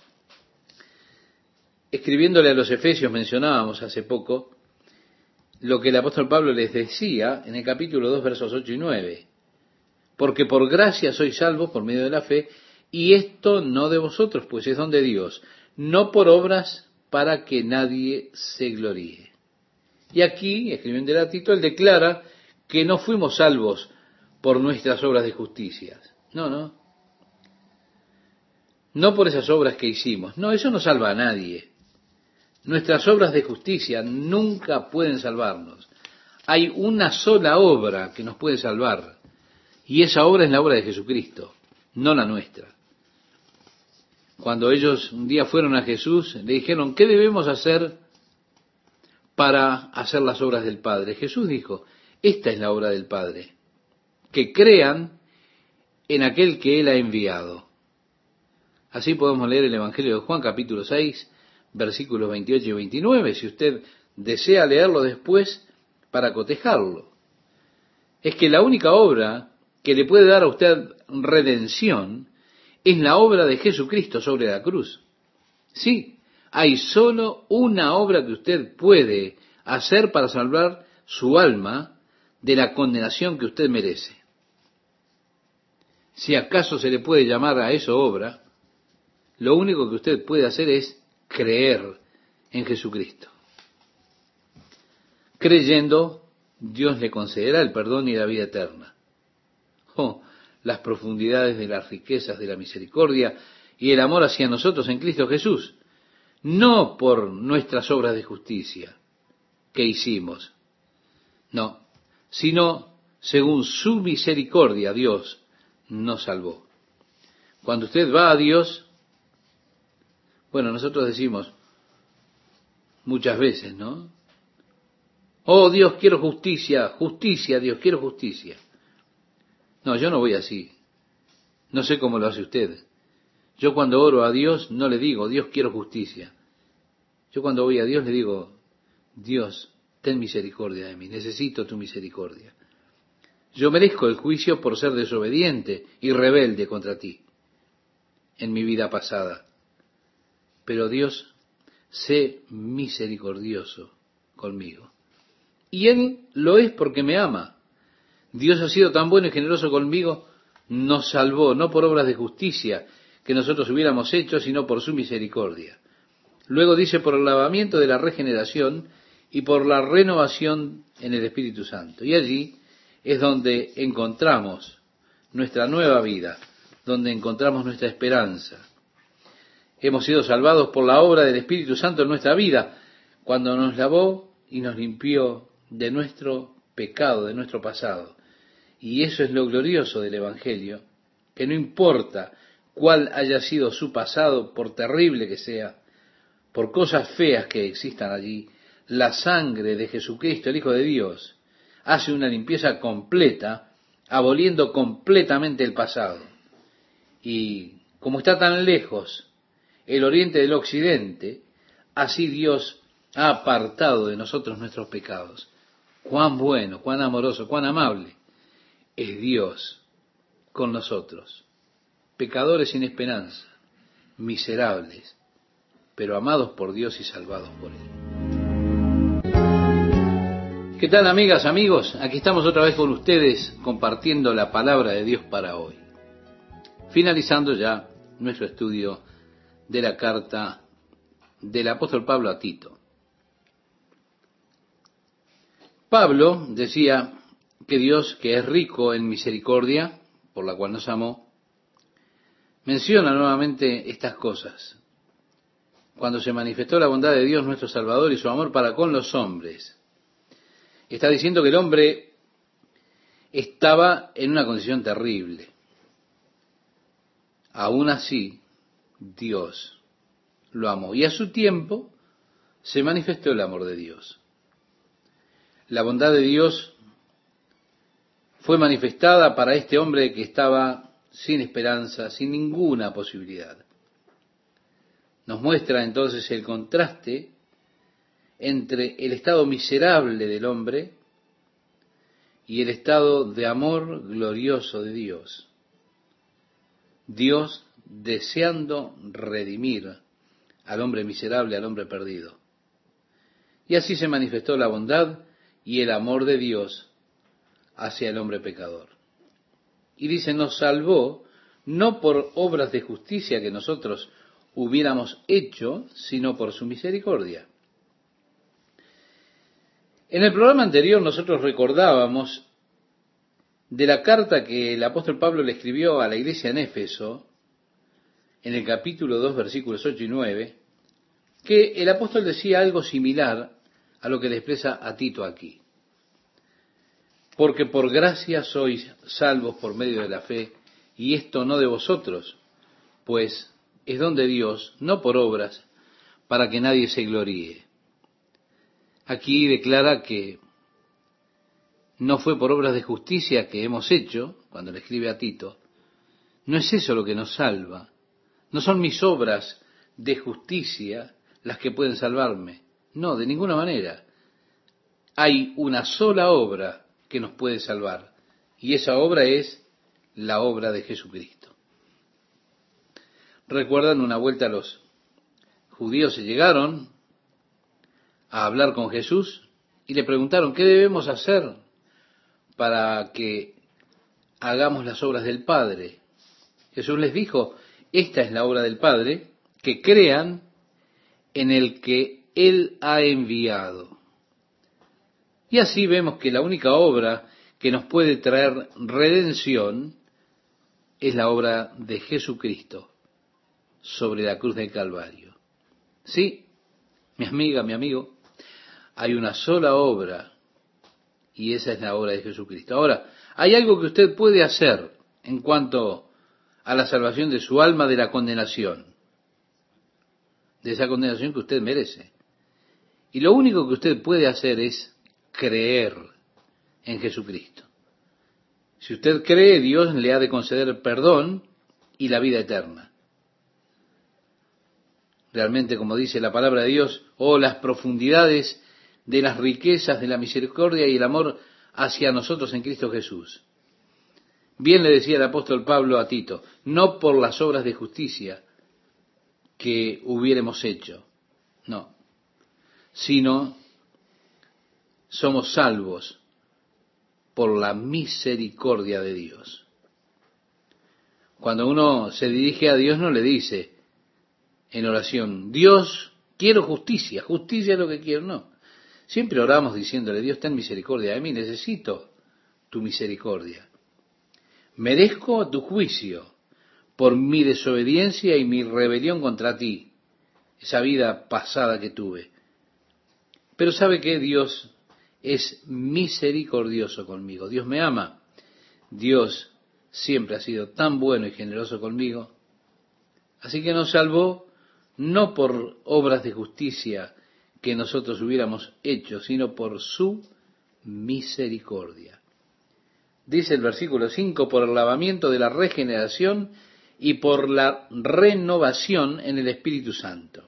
Escribiéndole a los Efesios mencionábamos hace poco lo que el apóstol Pablo les decía en el capítulo 2, versos 8 y 9. Porque por gracia sois salvos por medio de la fe, y esto no de vosotros, pues es don de Dios, no por obras para que nadie se gloríe. Y aquí, escribiendo a Tito, él declara que no fuimos salvos por nuestras obras de justicia. No. no por esas obras que hicimos. No, eso no salva a nadie. Nuestras obras de justicia nunca pueden salvarnos. Hay una sola obra que nos puede salvar, y esa obra es la obra de Jesucristo, no la nuestra. Cuando ellos un día fueron a Jesús, le dijeron, ¿qué debemos hacer para hacer las obras del Padre? Jesús dijo, esta es la obra del Padre, que crean en aquel que Él ha enviado. Así podemos leer el Evangelio de Juan, capítulo 6, versículos 28 y 29, si usted desea leerlo después para cotejarlo. Es que la única obra que le puede dar a usted redención es la obra de Jesucristo sobre la cruz. Sí, hay solo una obra que usted puede hacer para salvar su alma de la condenación que usted merece. Si acaso se le puede llamar a eso obra, lo único que usted puede hacer es creer en Jesucristo. Creyendo, Dios le concederá el perdón y la vida eterna. Oh, las profundidades de las riquezas de la misericordia y el amor hacia nosotros en Cristo Jesús. No por nuestras obras de justicia que hicimos, no, sino según su misericordia Dios nos salvó. Cuando usted va a Dios, bueno, nosotros decimos muchas veces, ¿no? Oh Dios, quiero justicia, justicia, Dios, quiero justicia. No, yo no voy así. No sé cómo lo hace usted. Yo cuando oro a Dios no le digo, Dios, quiero justicia. Yo cuando voy a Dios le digo, Dios, ten misericordia de mí, necesito tu misericordia. Yo merezco el juicio por ser desobediente y rebelde contra ti en mi vida pasada. Pero Dios, sé misericordioso conmigo. Y Él lo es porque me ama. Dios ha sido tan bueno y generoso conmigo, nos salvó, no por obras de justicia que nosotros hubiéramos hecho, sino por su misericordia. Luego dice, por el lavamiento de la regeneración y por la renovación en el Espíritu Santo. Y allí es donde encontramos nuestra nueva vida, donde encontramos nuestra esperanza. Hemos sido salvados por la obra del Espíritu Santo en nuestra vida, cuando nos lavó y nos limpió de nuestro pecado, de nuestro pasado. Y eso es lo glorioso del Evangelio, que no importa cuál haya sido su pasado, por terrible que sea, por cosas feas que existan allí, la sangre de Jesucristo, el Hijo de Dios, hace una limpieza completa, aboliendo completamente el pasado. Y como está tan lejos el oriente del occidente, así Dios ha apartado de nosotros nuestros pecados. Cuán bueno, cuán amoroso, cuán amable es Dios con nosotros, pecadores sin esperanza, miserables, pero amados por Dios y salvados por Él. ¿Qué tal, amigas, amigos? Aquí estamos otra vez con ustedes compartiendo la palabra de Dios para hoy. Finalizando ya nuestro estudio de la carta del apóstol Pablo a Tito. Pablo decía que Dios, que es rico en misericordia, por la cual nos amó, menciona nuevamente estas cosas. Cuando se manifestó la bondad de Dios nuestro Salvador y su amor para con los hombres, está diciendo que el hombre estaba en una condición terrible. Aún así, Dios lo amó. Y a su tiempo se manifestó el amor de Dios. La bondad de Dios fue manifestada para este hombre que estaba sin esperanza, sin ninguna posibilidad. Nos muestra entonces el contraste entre el estado miserable del hombre y el estado de amor glorioso de Dios. Dios deseando redimir al hombre miserable, al hombre perdido. Y así se manifestó la bondad y el amor de Dios hacia el hombre pecador. Y dice, nos salvó no por obras de justicia que nosotros hubiéramos hecho, sino por su misericordia. En el programa anterior nosotros recordábamos de la carta que el apóstol Pablo le escribió a la iglesia en Éfeso, en el capítulo 2, versículos 8 y 9, que el apóstol decía algo similar a lo que le expresa a Tito aquí. Porque por gracia sois salvos por medio de la fe, y esto no de vosotros, pues es don de Dios, no por obras, para que nadie se gloríe. Aquí declara que no fue por obras de justicia que hemos hecho, cuando le escribe a Tito. No es eso lo que nos salva. No son mis obras de justicia las que pueden salvarme. No, de ninguna manera. Hay una sola obra que nos puede salvar, y esa obra es la obra de Jesucristo. ¿Recuerdan una vuelta los judíos se llegaron a hablar con Jesús y le preguntaron, ¿qué debemos hacer para que hagamos las obras del Padre? Jesús les dijo, esta es la obra del Padre, que crean en el que Él ha enviado. Y así vemos que la única obra que nos puede traer redención es la obra de Jesucristo sobre la cruz del Calvario. Sí, mi amiga, mi amigo, hay una sola obra y esa es la obra de Jesucristo. Ahora, hay algo que usted puede hacer en cuanto a la salvación de su alma de la condenación, de esa condenación que usted merece. Y lo único que usted puede hacer es creer en Jesucristo. Si usted cree, Dios le ha de conceder perdón y la vida eterna. Realmente, como dice la palabra de Dios, oh, las profundidades de las riquezas de la misericordia y el amor hacia nosotros en Cristo Jesús. Bien le decía el apóstol Pablo a Tito, no por las obras de justicia que hubiéramos hecho, no, sino somos salvos por la misericordia de Dios. Cuando uno se dirige a Dios no le dice en oración, Dios, quiero justicia, justicia es lo que quiero, no. Siempre oramos diciéndole, Dios, ten misericordia de mí, necesito tu misericordia. Merezco tu juicio por mi desobediencia y mi rebelión contra ti, esa vida pasada que tuve. Pero ¿sabe qué? Dios es misericordioso conmigo. Dios me ama. Dios siempre ha sido tan bueno y generoso conmigo. Así que nos salvó no por obras de justicia que nosotros hubiéramos hecho, sino por su misericordia. Dice el versículo 5, por el lavamiento de la regeneración y por la renovación en el Espíritu Santo.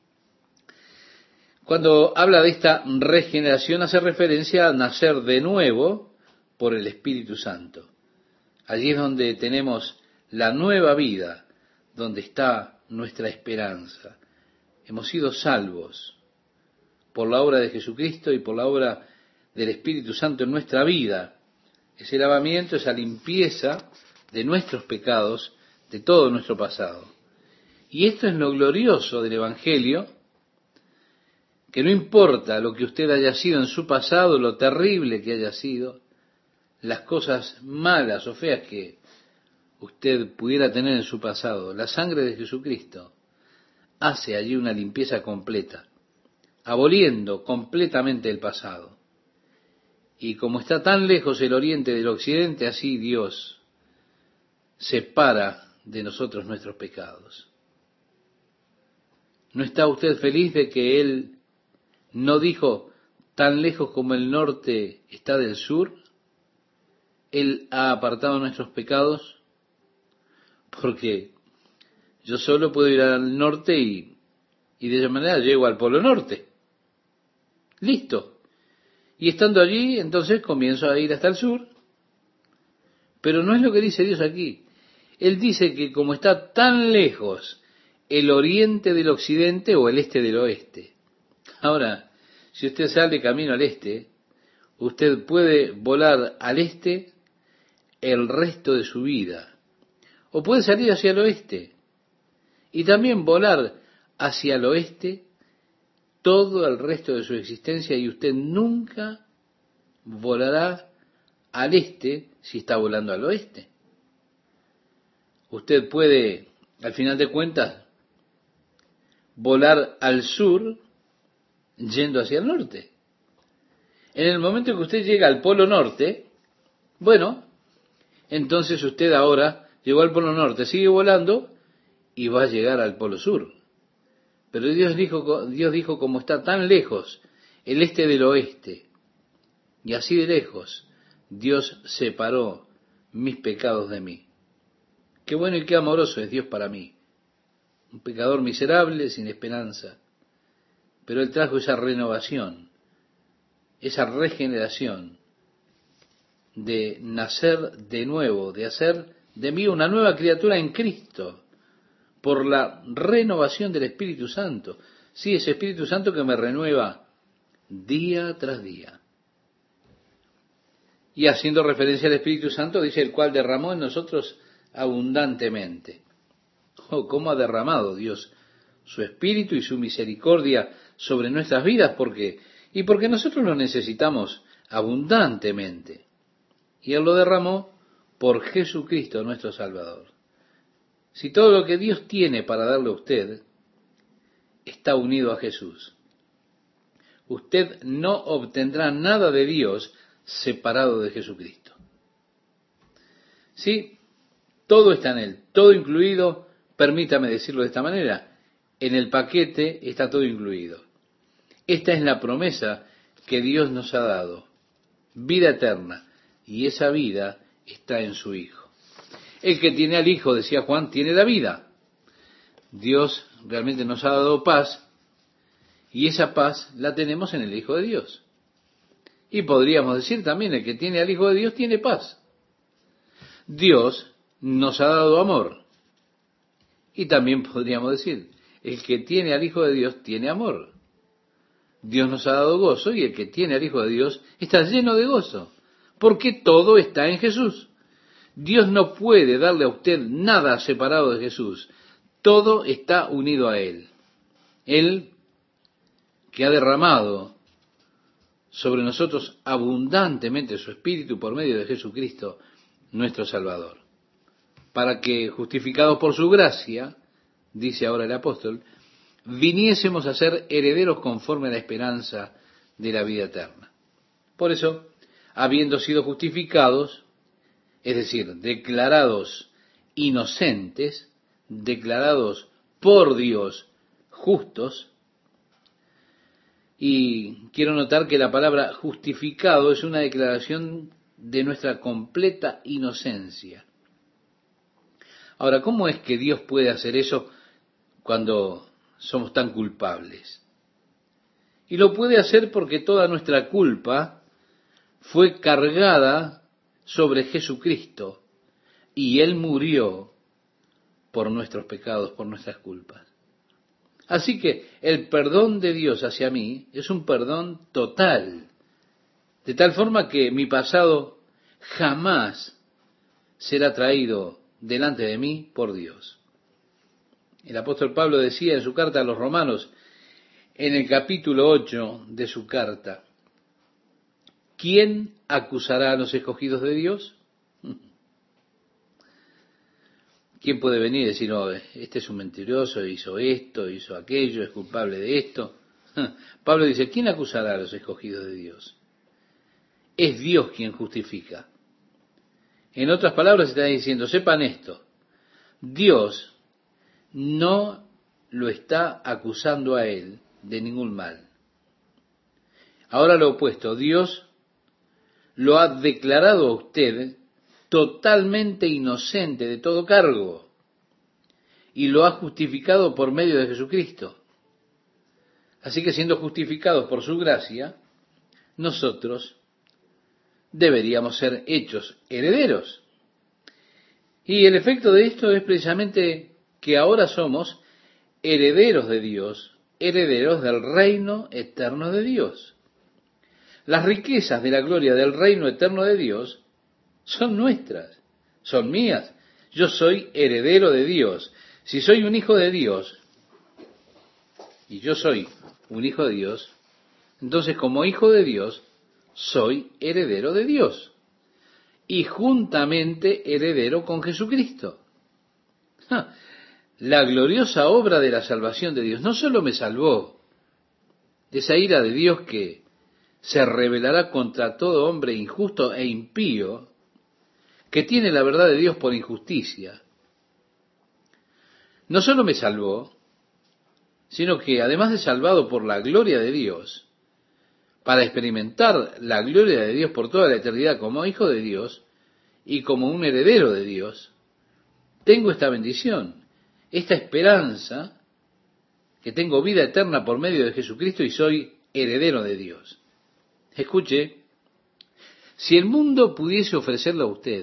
Cuando habla de esta regeneración hace referencia a nacer de nuevo por el Espíritu Santo. Allí es donde tenemos la nueva vida, donde está nuestra esperanza. Hemos sido salvos por la obra de Jesucristo y por la obra del Espíritu Santo en nuestra vida. Ese lavamiento, esa limpieza de nuestros pecados, de todo nuestro pasado. Y esto es lo glorioso del Evangelio, que no importa lo que usted haya sido en su pasado, lo terrible que haya sido, las cosas malas o feas que usted pudiera tener en su pasado, la sangre de Jesucristo hace allí una limpieza completa, aboliendo completamente el pasado. Y como está tan lejos el oriente del occidente, así Dios separa de nosotros nuestros pecados. ¿No está usted feliz de que Él no dijo tan lejos como el norte está del sur? Él ha apartado nuestros pecados, porque yo solo puedo ir al norte y de esa manera llego al Polo Norte. Listo. Y estando allí, entonces comienzo a ir hasta el sur. Pero no es lo que dice Dios aquí. Él dice que como está tan lejos el oriente del occidente o el este del oeste. Ahora, si usted sale camino al este, usted puede volar al este el resto de su vida. O puede salir hacia el oeste y también volar hacia el oeste todo el resto de su existencia, y usted nunca volará al este si está volando al oeste. Usted puede al final de cuentas, volar al sur yendo hacia el norte. En el momento que usted llega al Polo Norte, bueno, entonces usted ahora llegó al Polo Norte, sigue volando y va a llegar al Polo Sur. Pero Dios dijo, como está tan lejos el este del oeste, y así de lejos, Dios separó mis pecados de mí. Qué bueno y qué amoroso es Dios para mí. Un pecador miserable, sin esperanza. Pero Él trajo esa renovación, esa regeneración, de nacer de nuevo, de hacer de mí una nueva criatura en Cristo, por la renovación del Espíritu Santo. Sí, ese Espíritu Santo que me renueva día tras día. Y haciendo referencia al Espíritu Santo, dice, el cual derramó en nosotros abundantemente. Oh, cómo ha derramado Dios su Espíritu y su misericordia sobre nuestras vidas, porque nosotros lo necesitamos abundantemente. Y Él lo derramó por Jesucristo nuestro Salvador. Si todo lo que Dios tiene para darle a usted está unido a Jesús, usted no obtendrá nada de Dios separado de Jesucristo. Sí, todo está en Él, todo incluido, permítame decirlo de esta manera, en el paquete está todo incluido. Esta es la promesa que Dios nos ha dado, vida eterna, y esa vida está en su Hijo. El que tiene al Hijo, decía Juan, tiene la vida. Dios realmente nos ha dado paz, y esa paz la tenemos en el Hijo de Dios. Y podríamos decir también, el que tiene al Hijo de Dios tiene paz. Dios nos ha dado amor. Y también podríamos decir, el que tiene al Hijo de Dios tiene amor. Dios nos ha dado gozo, y el que tiene al Hijo de Dios está lleno de gozo, porque todo está en Jesús. Dios no puede darle a usted nada separado de Jesús. Todo está unido a Él. Él que ha derramado sobre nosotros abundantemente su Espíritu por medio de Jesucristo, nuestro Salvador. Para que, justificados por su gracia, dice ahora el apóstol, viniésemos a ser herederos conforme a la esperanza de la vida eterna. Por eso, habiendo sido justificados, es decir, declarados inocentes, declarados por Dios justos, y quiero notar que la palabra justificado es una declaración de nuestra completa inocencia. Ahora, ¿cómo es que Dios puede hacer eso cuando somos tan culpables? Y lo puede hacer porque toda nuestra culpa fue cargada sobre Jesucristo, y Él murió por nuestros pecados, por nuestras culpas. Así que el perdón de Dios hacia mí es un perdón total, de tal forma que mi pasado jamás será traído delante de mí por Dios. El apóstol Pablo decía en su carta a los Romanos, en el capítulo 8 de su carta, ¿quién acusará a los escogidos de Dios? ¿Quién puede venir y decir, no, este es un mentiroso, hizo esto, hizo aquello, es culpable de esto? Pablo dice, ¿quién acusará a los escogidos de Dios? Es Dios quien justifica. En otras palabras está diciendo, sepan esto, Dios no lo está acusando a él de ningún mal. Ahora lo opuesto, Dios lo ha declarado a usted totalmente inocente de todo cargo, y lo ha justificado por medio de Jesucristo. Así que siendo justificados por su gracia, nosotros deberíamos ser hechos herederos. Y el efecto de esto es precisamente que ahora somos herederos de Dios, herederos del reino eterno de Dios. Las riquezas de la gloria del reino eterno de Dios son nuestras, son mías. Yo soy heredero de Dios. Si soy un hijo de Dios, y yo soy un hijo de Dios, entonces como hijo de Dios, soy heredero de Dios. Y juntamente heredero con Jesucristo. la gloriosa obra de la salvación de Dios. No solo me salvó de esa ira de Dios que se rebelará contra todo hombre injusto e impío, que tiene la verdad de Dios por injusticia. No solo me salvó, sino que además de salvado por la gloria de Dios, para experimentar la gloria de Dios por toda la eternidad como hijo de Dios y como un heredero de Dios, tengo esta bendición, esta esperanza, que tengo vida eterna por medio de Jesucristo y soy heredero de Dios. Escuche, si el mundo pudiese ofrecerle a usted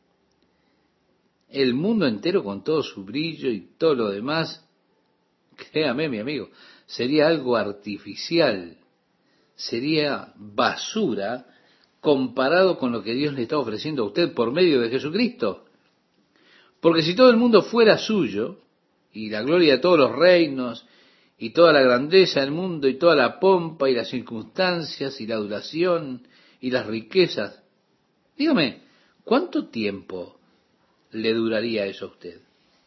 el mundo entero con todo su brillo y todo lo demás, créame, mi amigo, sería algo artificial, sería basura comparado con lo que Dios le está ofreciendo a usted por medio de Jesucristo. Porque si todo el mundo fuera suyo, y la gloria de todos los reinos, y toda la grandeza del mundo, y toda la pompa, y las circunstancias, y la adulación, y las riquezas, dígame, ¿cuánto tiempo le duraría eso a usted?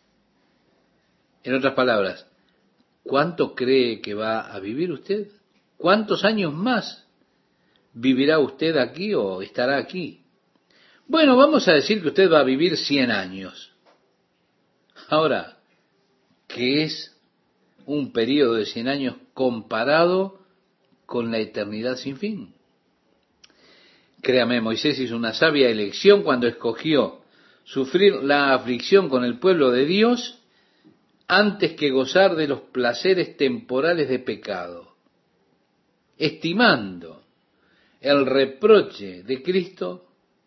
En otras palabras, ¿cuánto cree que va a vivir usted? ¿Cuántos años más vivirá usted aquí o estará aquí? Bueno, vamos a decir que usted va a vivir 100 años. Ahora, ¿qué es un periodo de 100 años comparado con la eternidad sin fin? Créame, Moisés hizo una sabia elección cuando escogió sufrir la aflicción con el pueblo de Dios antes que gozar de los placeres temporales de pecado, estimando el reproche de Cristo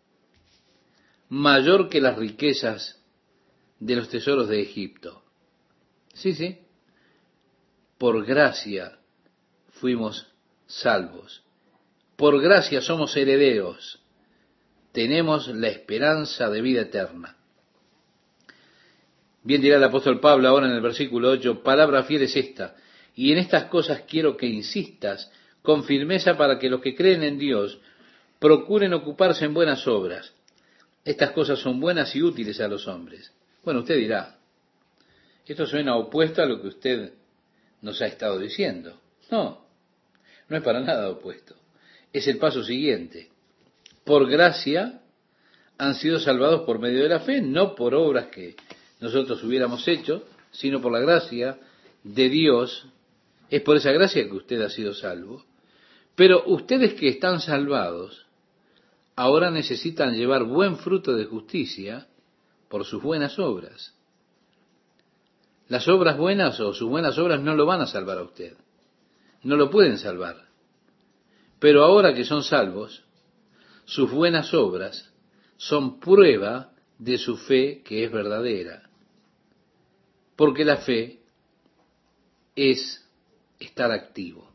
mayor que las riquezas de los tesoros de Egipto. Sí, por gracia fuimos salvos, por gracia somos herederos, tenemos la esperanza de vida eterna. Bien dirá el apóstol Pablo ahora en el versículo 8, palabra fiel es esta, y en estas cosas quiero que insistas con firmeza para que los que creen en Dios procuren ocuparse en buenas obras. Estas cosas son buenas y útiles a los hombres. Bueno, usted dirá, esto suena opuesto a lo que usted nos ha estado diciendo. No, no es para nada opuesto. Es el paso siguiente. Por gracia han sido salvados por medio de la fe, no por obras que nosotros hubiéramos hecho, sino por la gracia de Dios. Es por esa gracia que usted ha sido salvo. Pero ustedes que están salvados, ahora necesitan llevar buen fruto de justicia por sus buenas obras. Las obras buenas o sus buenas obras no lo van a salvar a usted. No lo pueden salvar. Pero ahora que son salvos, sus buenas obras son prueba de su fe que es verdadera. Porque la fe es estar activo.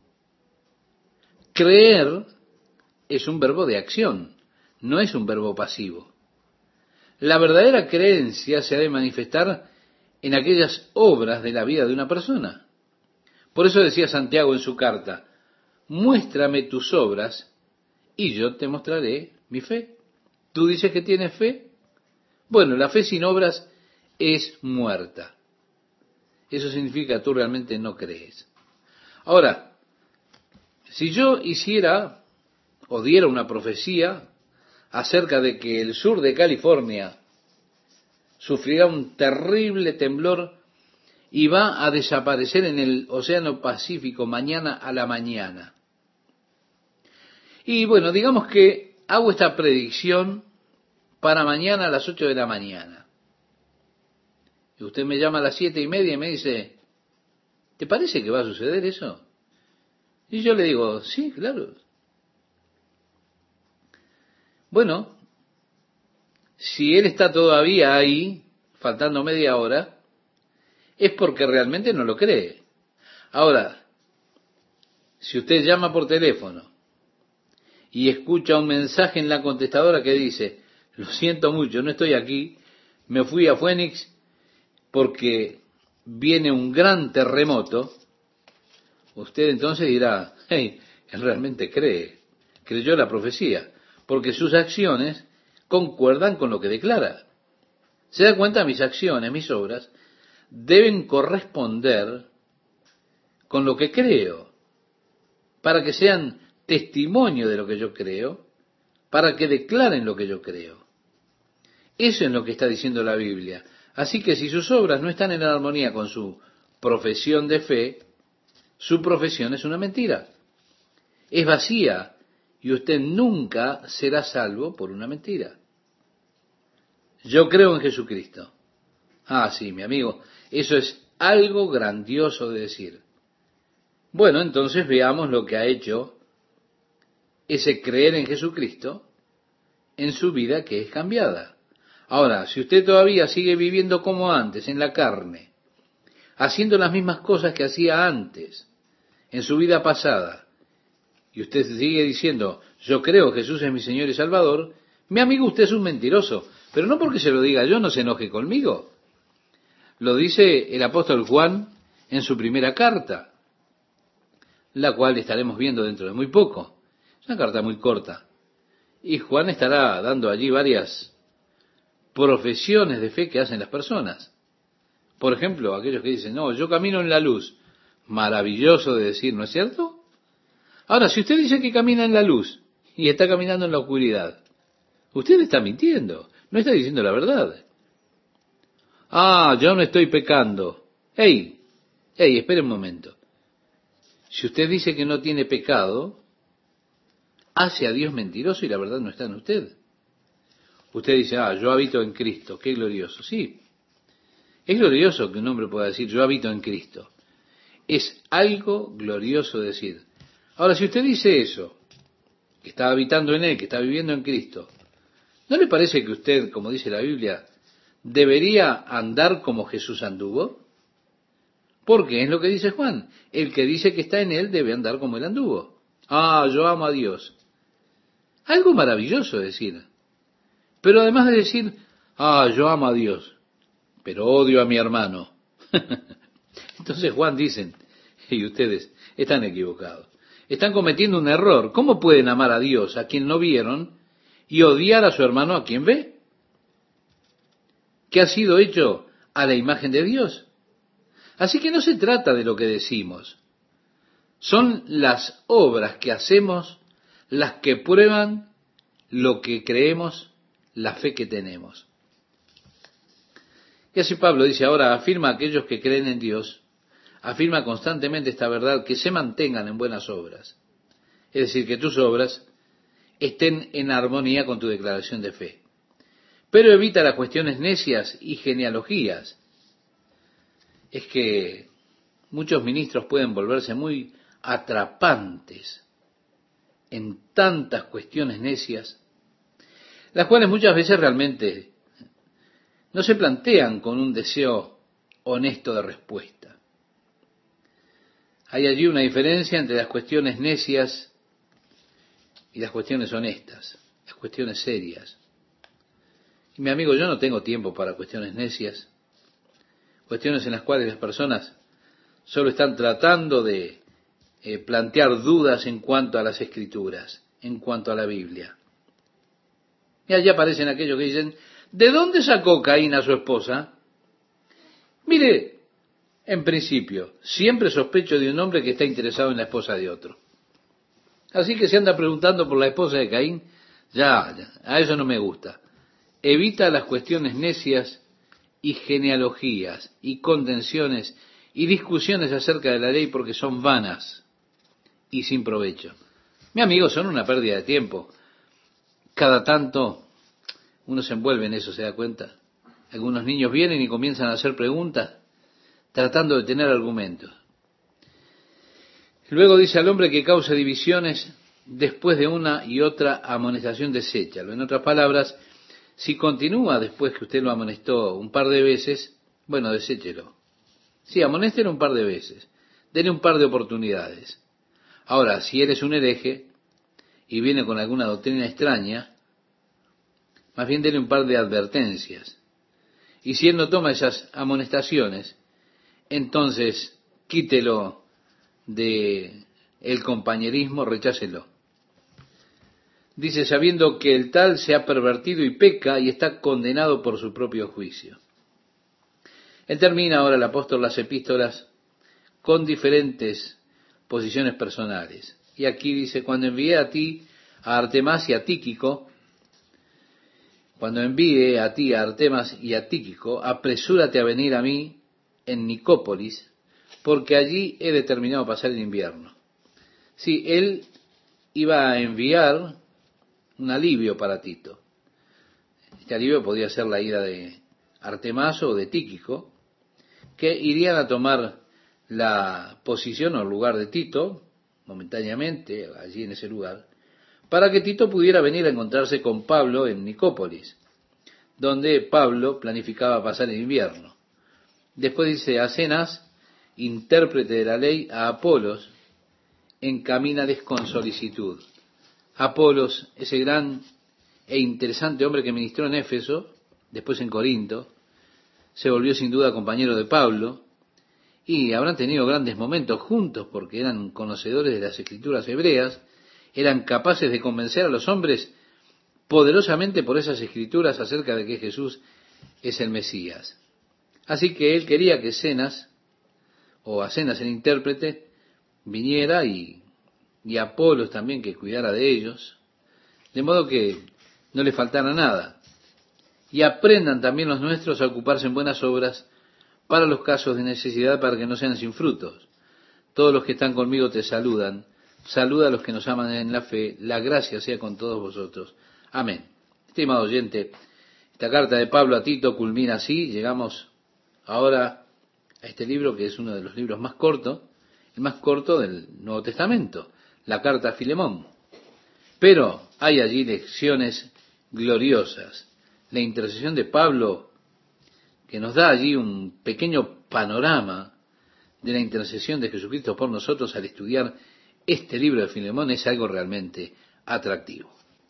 Creer es un verbo de acción, no es un verbo pasivo. La verdadera creencia se ha de manifestar en aquellas obras de la vida de una persona. Por eso decía Santiago en su carta, muéstrame tus obras y yo te mostraré mi fe. ¿Tú dices que tienes fe? Bueno, la fe sin obras es muerta. Eso significa que tú realmente no crees. Ahora, si yo hiciera o diera una profecía acerca de que el sur de California sufrirá un terrible temblor y va a desaparecer en el Océano Pacífico mañana a la mañana. Y bueno, digamos que hago esta predicción para mañana a las 8 de la mañana. Y usted me llama a las 7:30 y me dice, ¿te parece que va a suceder eso? Y yo le digo, sí, claro. Bueno, si él está todavía ahí, faltando media hora, es porque realmente no lo cree. Ahora, si usted llama por teléfono y escucha un mensaje en la contestadora que dice, lo siento mucho, no estoy aquí, me fui a Phoenix porque viene un gran terremoto, usted entonces dirá, hey, él realmente creyó la profecía, porque sus acciones concuerdan con lo que declara. ¿Se da cuenta? Mis acciones, mis obras, deben corresponder con lo que creo, para que sean testimonio de lo que yo creo, para que declaren lo que yo creo. Eso es lo que está diciendo la Biblia. Así que si sus obras no están en armonía con su profesión de fe, su profesión es una mentira. Es vacía y usted nunca será salvo por una mentira. Yo creo en Jesucristo. Ah, sí, mi amigo, eso es algo grandioso de decir. Bueno, entonces veamos lo que ha hecho ese creer en Jesucristo en su vida que es cambiada. Ahora, si usted todavía sigue viviendo como antes, en la carne, haciendo las mismas cosas que hacía antes, en su vida pasada, y usted sigue diciendo, yo creo que Jesús es mi Señor y Salvador, mi amigo, usted es un mentiroso. Pero no porque se lo diga yo, no se enoje conmigo. Lo dice el apóstol Juan en su primera carta, la cual estaremos viendo dentro de muy poco. Es una carta muy corta. Y Juan estará dando allí varias profesiones de fe que hacen las personas. Por ejemplo, aquellos que dicen, no, yo camino en la luz. Maravilloso de decir, ¿no es cierto? Ahora, si usted dice que camina en la luz y está caminando en la oscuridad, usted está mintiendo, no está diciendo la verdad. Ah, yo no estoy pecando. Hey, espere un momento. Si usted dice que no tiene pecado, hace a Dios mentiroso y la verdad no está en usted. Usted dice, yo habito en Cristo, qué glorioso. Sí, es glorioso que un hombre pueda decir, yo habito en Cristo. Es algo glorioso decir. Ahora, si usted dice eso, que está habitando en Él, que está viviendo en Cristo, ¿no le parece que usted, como dice la Biblia, debería andar como Jesús anduvo? Porque es lo que dice Juan. El que dice que está en Él debe andar como Él anduvo. Yo amo a Dios. Algo maravilloso decir. Pero además de decir, yo amo a Dios, pero odio a mi hermano. Entonces Juan dicen, y ustedes están equivocados. Están cometiendo un error. ¿Cómo pueden amar a Dios a quien no vieron y odiar a su hermano a quien ve? Que ha sido hecho a la imagen de Dios. Así que no se trata de lo que decimos. Son las obras que hacemos las que prueban lo que creemos, la fe que tenemos. Y así Pablo dice ahora, afirma a aquellos que creen en Dios, afirma constantemente esta verdad, que se mantengan en buenas obras. Es decir, que tus obras estén en armonía con tu declaración de fe. Pero evita las cuestiones necias y genealogías. Es que muchos ministros pueden volverse muy atrapantes en tantas cuestiones necias, las cuales muchas veces realmente no se plantean con un deseo honesto de respuesta. Hay allí una diferencia entre las cuestiones necias y las cuestiones honestas, las cuestiones serias. Y mi amigo, yo no tengo tiempo para cuestiones necias, cuestiones en las cuales las personas solo están tratando de plantear dudas en cuanto a las Escrituras, en cuanto a la Biblia. Y allá aparecen aquellos que dicen, ¿de dónde sacó Caín a su esposa? Mire, en principio, siempre sospecho de un hombre que está interesado en la esposa de otro. Así que se anda preguntando por la esposa de Caín, ya, a eso no me gusta. Evita las cuestiones necias y genealogías y contenciones y discusiones acerca de la ley porque son vanas y sin provecho. Mi amigo, son una pérdida de tiempo. Cada tanto uno se envuelve en eso, ¿se da cuenta? Algunos niños vienen y comienzan a hacer preguntas tratando de tener argumentos. Luego dice al hombre que causa divisiones después de una y otra amonestación, deséchalo. En otras palabras, si continúa después que usted lo amonestó un par de veces, bueno, deséchelo. Sí, amonéstelo un par de veces. Dele un par de oportunidades. Ahora, si eres un hereje y viene con alguna doctrina extraña, más bien dele un par de advertencias. Y si él no toma esas amonestaciones, entonces quítelo de el compañerismo, rechácelo. Dice, sabiendo que el tal se ha pervertido y peca y está condenado por su propio juicio. Él termina ahora, el apóstol, las epístolas con diferentes posiciones personales. Y aquí dice, cuando envié a ti, a Artemas y a Tíquico, cuando envíe a ti, a Artemas y a Tíquico, apresúrate a venir a mí en Nicópolis, porque allí he determinado pasar el invierno. Sí, él iba a enviar un alivio para Tito. Este alivio podía ser la ida de Artemaso o de Tíquico, que irían a tomar la posición o el lugar de Tito, momentáneamente, allí en ese lugar, para que Tito pudiera venir a encontrarse con Pablo en Nicópolis, donde Pablo planificaba pasar el invierno. Después dice, a Zenas, intérprete de la ley, a Apolos, encamínales con solicitud. Apolos, ese gran e interesante hombre que ministró en Éfeso, después en Corinto, se volvió sin duda compañero de Pablo, y habrán tenido grandes momentos juntos porque eran conocedores de las escrituras hebreas, eran capaces de convencer a los hombres poderosamente por esas escrituras acerca de que Jesús es el Mesías. Así que él quería que Zenas, o a Zenas el intérprete, viniera y Apolos también que cuidara de ellos, de modo que no le faltara nada. Y aprendan también los nuestros a ocuparse en buenas obras para los casos de necesidad, para que no sean sin frutos. Todos los que están conmigo te saludan. Saluda a los que nos aman en la fe. La gracia sea con todos vosotros. Amén. Estimado oyente, esta carta de Pablo a Tito culmina así. Llegamos ahora a este libro que es uno de los libros más cortos, el más corto del Nuevo Testamento, la carta a Filemón. Pero hay allí lecciones gloriosas. La intercesión de Pablo, que nos da allí un pequeño panorama de la intercesión de Jesucristo por nosotros al estudiar este libro de Filemón, es algo realmente atractivo.